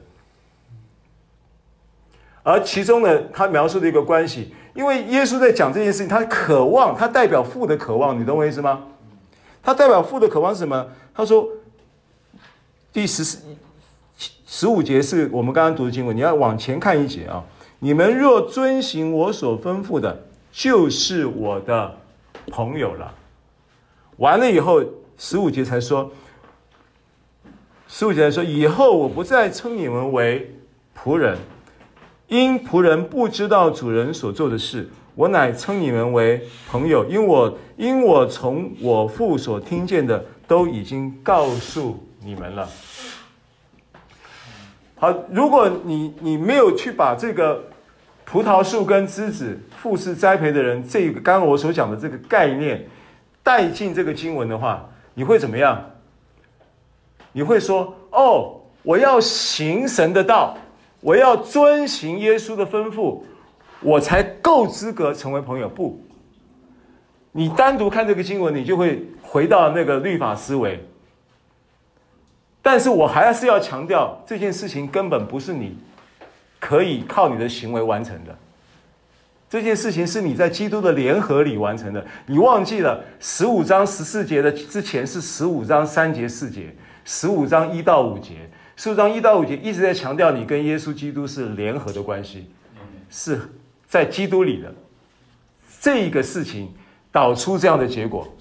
而其中呢，他描述的一个关系，因为耶稣在讲这件事情，他渴望，他代表父的渴望，你懂我意思吗？他代表父的渴望是什么？他说，第十四十五节是我们刚刚读的经文，你要往前看一节啊。你们若遵行我所吩咐的，就是我的朋友了。完了以后，十五节才说，十五节才说，以后我不再称你们为仆人，因仆人不知道主人所做的事，我乃称你们为朋友，因我因我从我父所听见的，都已经告诉你们了。好，如果你你没有去把这个葡萄树跟枝子父是栽培的人，这个刚刚我所讲的这个概念带进这个经文的话，你会怎么样？你会说：哦，我要行神的道，我要遵行耶稣的吩咐，我才够资格成为朋友。不，你单独看这个经文，你就会回到那个律法思维。但是我还是要强调，这件事情根本不是你可以靠你的行为完成的，这件事情是你在基督的联合里完成的。你忘记了十五章十四节的之前是十五章三节四节，十五章一到五节，十五章一到五节一直在强调你跟耶稣基督是联合的关系，是在基督里的。这个事情导出这样的结果。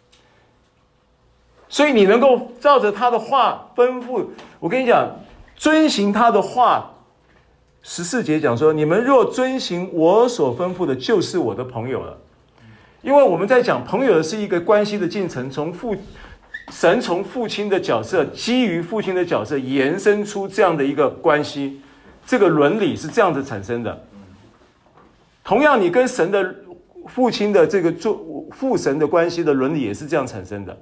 所以你能够照着他的话吩咐，我跟你讲，遵行他的话。十四节讲说，你们若遵行我所吩咐的，就是我的朋友了。因为我们在讲朋友的是一个关系的进程，从父神从父亲的角色，基于父亲的角色延伸出这样的一个关系，这个伦理是这样子产生的。同样，你跟神的父亲的这个做父神的关系的伦理也是这样产生的。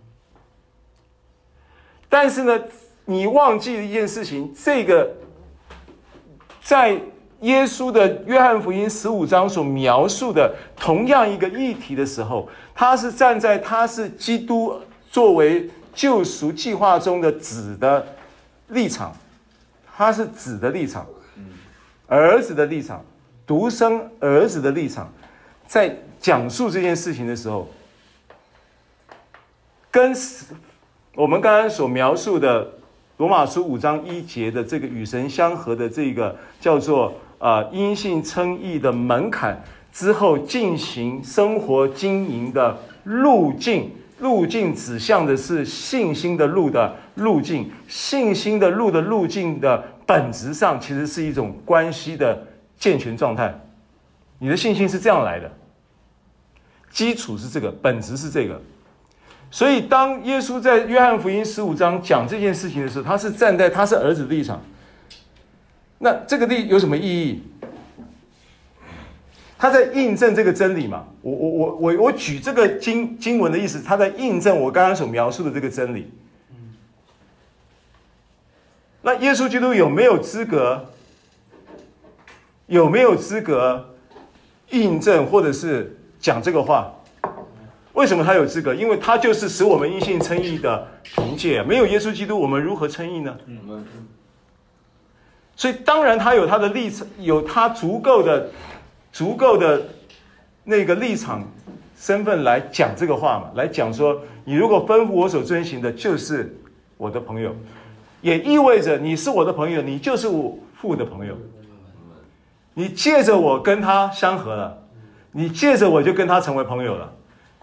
但是呢，你忘记了一件事情，这个在耶稣的约翰福音十五章所描述的同样一个议题的时候，他是站在他是基督作为救赎计划中的子的立场，他是子的立场，儿子的立场，独生儿子的立场，在讲述这件事情的时候，跟我们刚刚所描述的罗马书五章一节的这个与神相合的这个叫做呃因信称义的门槛之后进行生活经营的路径路径指向的是信心的路的路径，信心的路的路径的本质上其实是一种关系的健全状态。你的信心是这样来的，基础是这个，本质是这个。所以当耶稣在约翰福音十五章讲这件事情的时候，他是站在他是儿子的立场。那这个立有什么意义？他在印证这个真理嘛？我我我我我举这个经经文的意思，他在印证我刚刚所描述的这个真理。那耶稣基督有没有资格？有没有资格印证或者是讲这个话？为什么他有资格？因为他就是使我们因信称义的凭借。没有耶稣基督，我们如何称义呢？所以当然他有他的立场，有他足够的。足够的那个立场身份来讲这个话嘛，来讲说你如果吩咐我所遵行的就是我的朋友，也意味着你是我的朋友，你就是我父的朋友，你借着我跟他相合了，你借着我就跟他成为朋友了，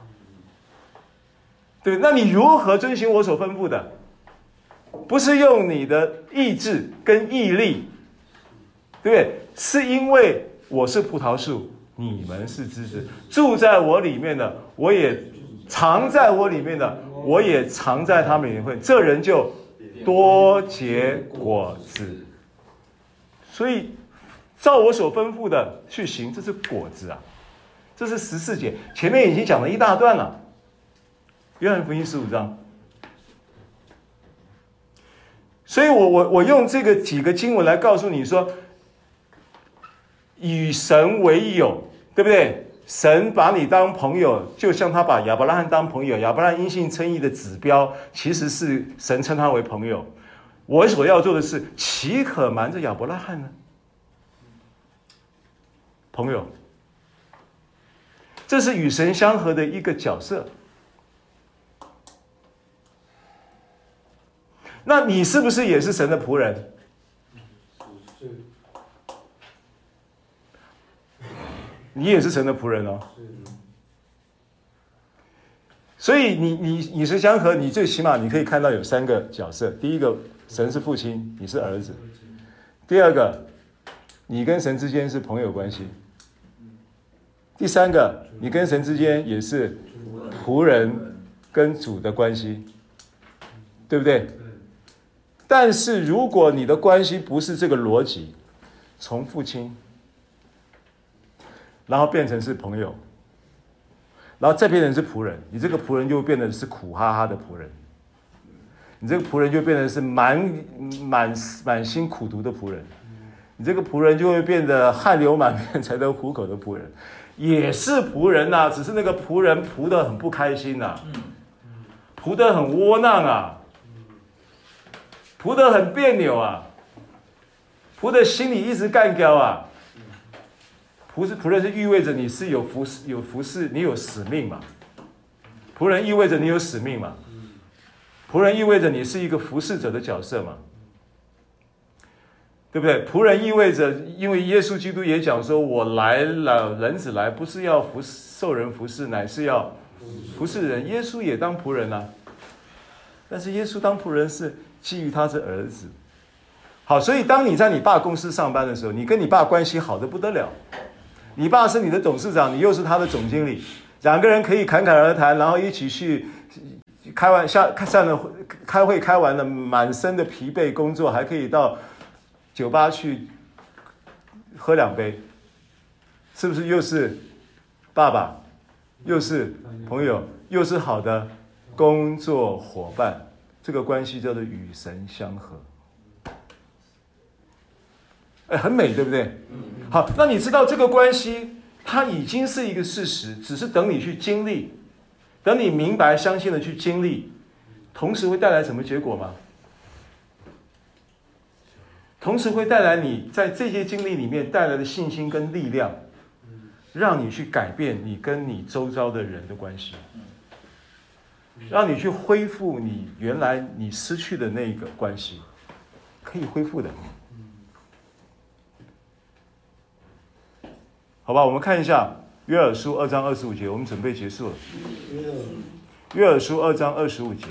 对，那你如何遵行我所吩咐的？不是用你的意志跟毅力，对不对？是因为我是葡萄树，你们是枝子，住在我里面的，我也藏在我里面的，我也藏在他们里面，这人就多结果子。所以照我所吩咐的去行，这是果子啊，这是十四节，前面已经讲了一大段了。约翰福音十五章。所以我我我用这个几个经文来告诉你说，与神为友，对不对？神把你当朋友，就像他把亚伯拉罕当朋友，亚伯拉罕因信称义的指标，其实是神称他为朋友。我所要做的是，岂可瞒着亚伯拉罕呢？朋友，这是与神相合的一个角色。那你是不是也是神的仆人？你也是神的仆人哦。所以你你你是相合，你最起码你可以看到有三个角色。第一个，神是父亲，你是儿子；第二个，你跟神之间是朋友关系；第三个，你跟神之间也是仆人跟主的关系，对不对？但是如果你的关系不是这个逻辑，从父亲，然后变成是朋友，然后再变成是仆人，你这个仆人就变得是苦哈哈的仆人，你这个仆人就变得是满满满心苦毒的仆人，你这个仆人就会变得汗流满面才得糊口的仆人，也是仆人啊，只是那个仆人仆得很不开心啊，仆得很窝囊啊，仆得很别扭啊，仆的心里一直干掉啊。仆是仆人是意味着你是有服侍有服侍，你有使命嘛？仆人意味着你有使命嘛？仆人意味着你是一个服侍者的角色嘛？对不对？仆人意味着，因为耶稣基督也讲说，我来了，人子来不是要服受人服侍，乃是要服侍人。耶稣也当仆人啊，但是耶稣当仆人是基于他是儿子。好，所以当你在你爸公司上班的时候，你跟你爸关系好得不得了。你爸是你的董事长，你又是他的总经理，两个人可以侃侃而谈，然后一起去开完下散了开会，开完了满身的疲惫，工作还可以到酒吧去喝两杯，是不是又是爸爸，又是朋友，又是好的工作伙伴？这个关系叫做与神相合。哎，很美，对不对？好，那你知道这个关系，它已经是一个事实，只是等你去经历，等你明白、相信的去经历，同时会带来什么结果吗？同时会带来你在这些经历里面带来的信心跟力量，让你去改变你跟你周遭的人的关系，让你去恢复你原来你失去的那个关系，可以恢复的。好吧，我们看一下约珥书二章二十五节，我们准备结束了。 约珥书二章二十五节。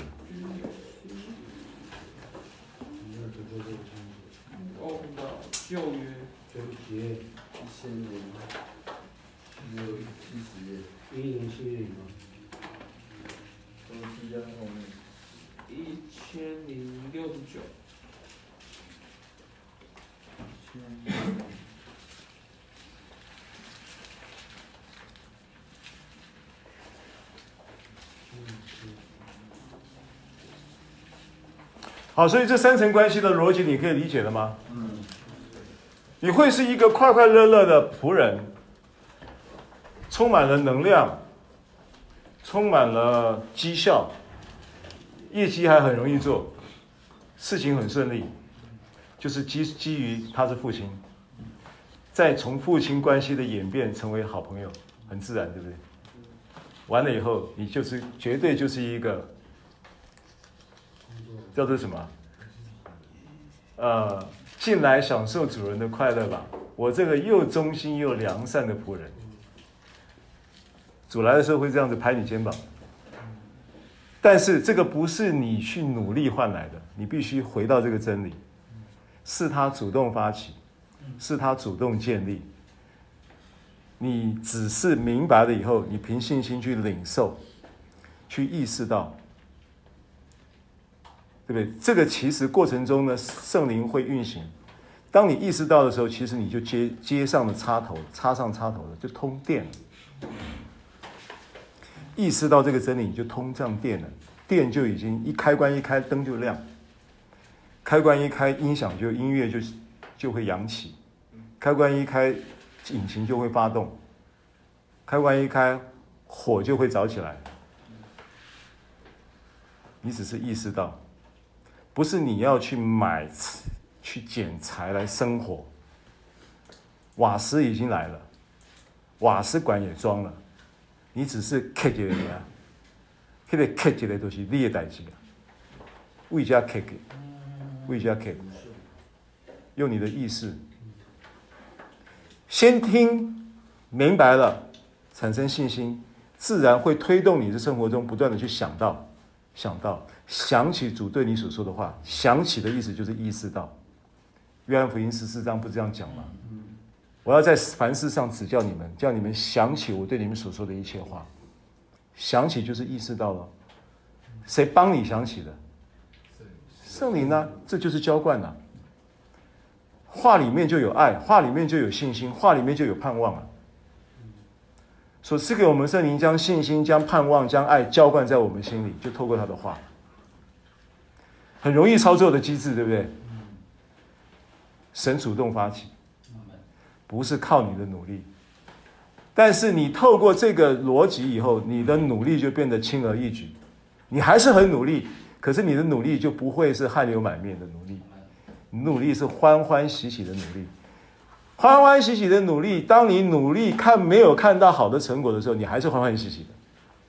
哦，旧约九节一千零六七十页， 一零七零吗？ 东西在后面。 一千零六十九。 好，所以这三层关系的逻辑你可以理解了吗？嗯。你会是一个快快乐乐的仆人，充满了能量，充满了绩效，业绩还很容易做，事情很顺利，就是基基于他是父亲，再从父亲关系的演变成为好朋友，很自然，对不对？完了以后，你就是绝对就是一个叫做什么？呃，进来享受主人的快乐吧。我这个又忠心又良善的仆人，主来的时候会这样子拍你肩膀。但是这个不是你去努力换来的，你必须回到这个真理，是他主动发起，是他主动建立。你只是明白了以后，你凭信心去领受，去意识到，对不对？这个其实过程中呢，圣灵会运行。当你意识到的时候，其实你就接接上了插头，插上插头了，就通电了。意识到这个真理，你就通上电了，电就已经一开关一开，灯就亮；开关一开，音响就音乐就就会扬起；开关一开，引擎就会发动，开关一开，火就会着起来。你只是意识到，不是你要去买、去捡柴来生火。瓦斯已经来了，瓦斯管也装了，你只是克一个啊，迄个克一个都是你的代志啊，为家克嘅，为家克，用你的意识。先听明白了，产生信心，自然会推动你的生活中不断的去想到、想到、想起主对你所说的话。想起的意思就是意识到。约翰福音十四章不是这样讲吗？我要在凡事上指教你们，叫你们想起我对你们所说的一切话。想起就是意识到了。谁帮你想起的？圣灵呢？这就是浇灌啊。话里面就有爱，话里面就有信心，话里面就有盼望啊。所赐给我们圣灵将信心、将盼望、将爱浇灌在我们心里，就透过他的话，很容易操作的机制，对不对？神主动发起，不是靠你的努力，但是你透过这个逻辑以后，你的努力就变得轻而易举。你还是很努力，可是你的努力就不会是汗流满面的努力。努力是欢欢喜喜的努力，欢欢喜喜的努力。当你努力看没有看到好的成果的时候，你还是欢欢喜喜的。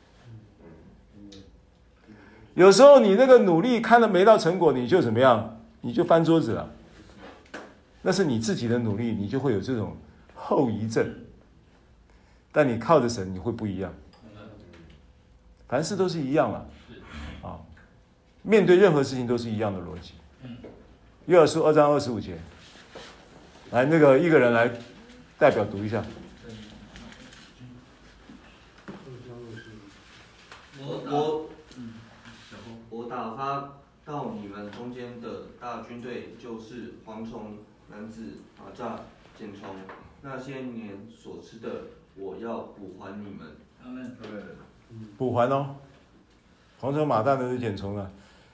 有时候你那个努力看了没到成果，你就怎么样？你就翻桌子了。那是你自己的努力，你就会有这种后遗症。但你靠着神，你会不一样。凡事都是一样了，啊，面对任何事情都是一样的逻辑。约珥书二章二十五节，来，那个一个人来代表读一下。 我我我打发到你们中间的大军队，就是蝗虫、男子、马蚱、茧虫，那些年所吃的，我要补还你们。阿们。 补还哦，蝗虫、马蚱的是茧虫啊。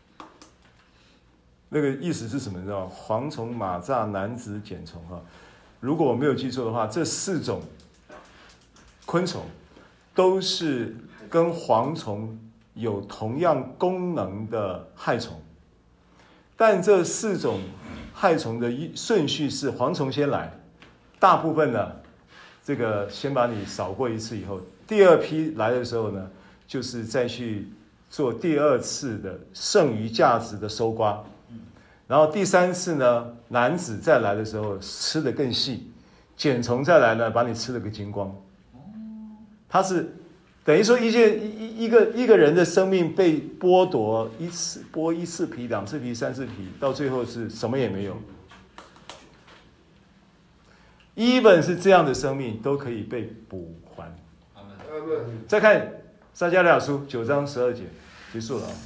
那个意思是什么？你知道吗？蝗虫、马蚱、男子、茧虫哈。如果我没有记错的话，这四种昆虫都是跟蝗虫有同样功能的害虫，但这四种害虫的顺序是蝗虫先来，大部分呢，这个先把你扫过一次以后，第二批来的时候呢，就是再去做第二次的剩余价值的收刮。然后第三次呢，男子再来的时候吃得更细，茧虫再来呢，把你吃了个精光。它是等于说一件一一个一个人的生命被剥夺一次，剥一次皮、两次皮、三次皮，到最后是什么也没有。even 是这样的生命都可以被补还。再看撒迦利亚书九章十二节，结束了啊。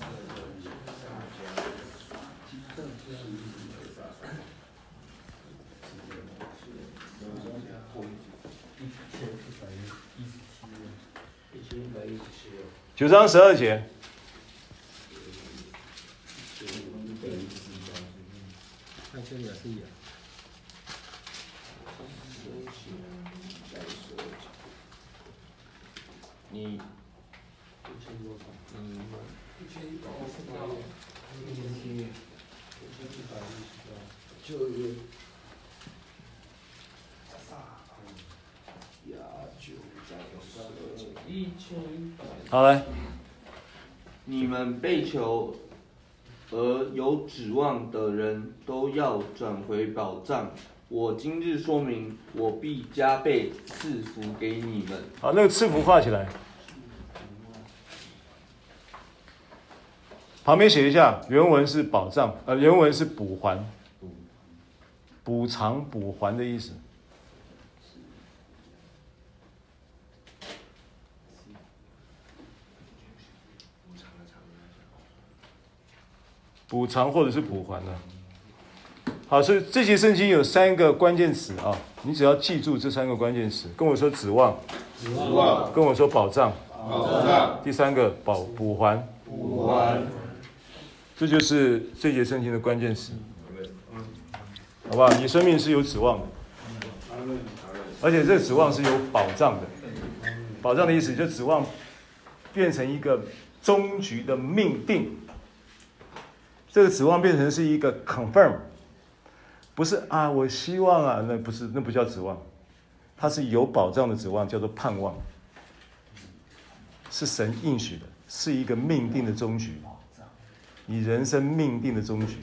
九章十二节。 你，你就有一千一百。 好来， 你们被求而有指望的人都要转回保障。我今日说明，我必加倍赐福给你们。 好，那个赐福画起来，旁边写一下，原文是保障，呃，原文是补还、补偿、补还的意思。补偿或者是补还的。好，所以这节圣经有三个关键词啊，你只要记住这三个关键词。跟我说指望， 指望， 跟我说保障， 保障， 第三个保补还， 补还， 这就是这节圣经的关键词，好不好？你生命是有指望的，而且这个指望是有保障的。保障的意思就指望变成一个终局的命定，这个指望变成是一个 confirm。不是啊，我希望啊，那不是，那不叫指望，它是有保障的指望，叫做盼望，是神应许的，是一个命定的终局，你人生命定的终局，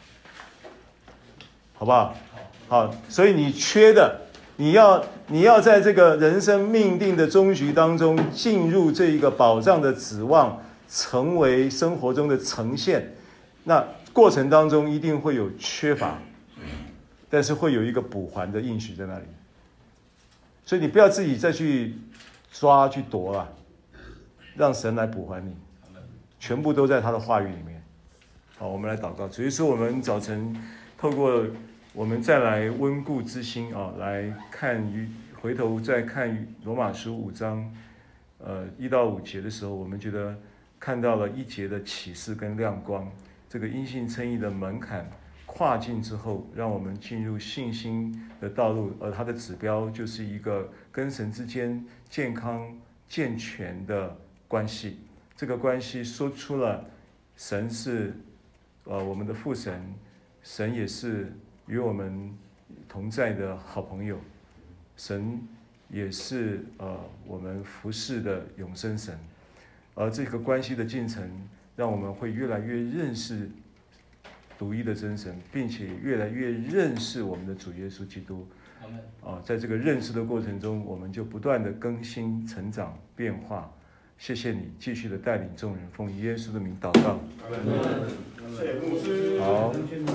好不好？好，所以你缺的，你要你要在这个人生命定的终局当中进入这一个保障的指望，成为生活中的呈现，那过程当中一定会有缺乏。但是会有一个补还的应许在那里，所以你不要自己再去抓去夺啊，让神来补还你，全部都在他的话语里面。好，我们来祷告。所以说，我们早晨透过我们再来温故知新啊，来看回头再看罗马书五章，呃一到五节的时候，我们觉得看到了一节的启示跟亮光，这个因信称义的门槛。跨境之后，让我们进入信心的道路，而它的指标就是一个跟神之间健康健全的关系。这个关系说出了神是呃我们的父神，神也是与我们同在的好朋友，神也是呃我们服侍的永生神。而这个关系的进程，让我们会越来越认识独一的真神，并且越来越认识我们的主耶稣基督。啊，在这个认识的过程中，我们就不断的更新、成长、变化。谢谢你继续的带领众人，奉耶稣的名祷告。 谢谢牧师。 好。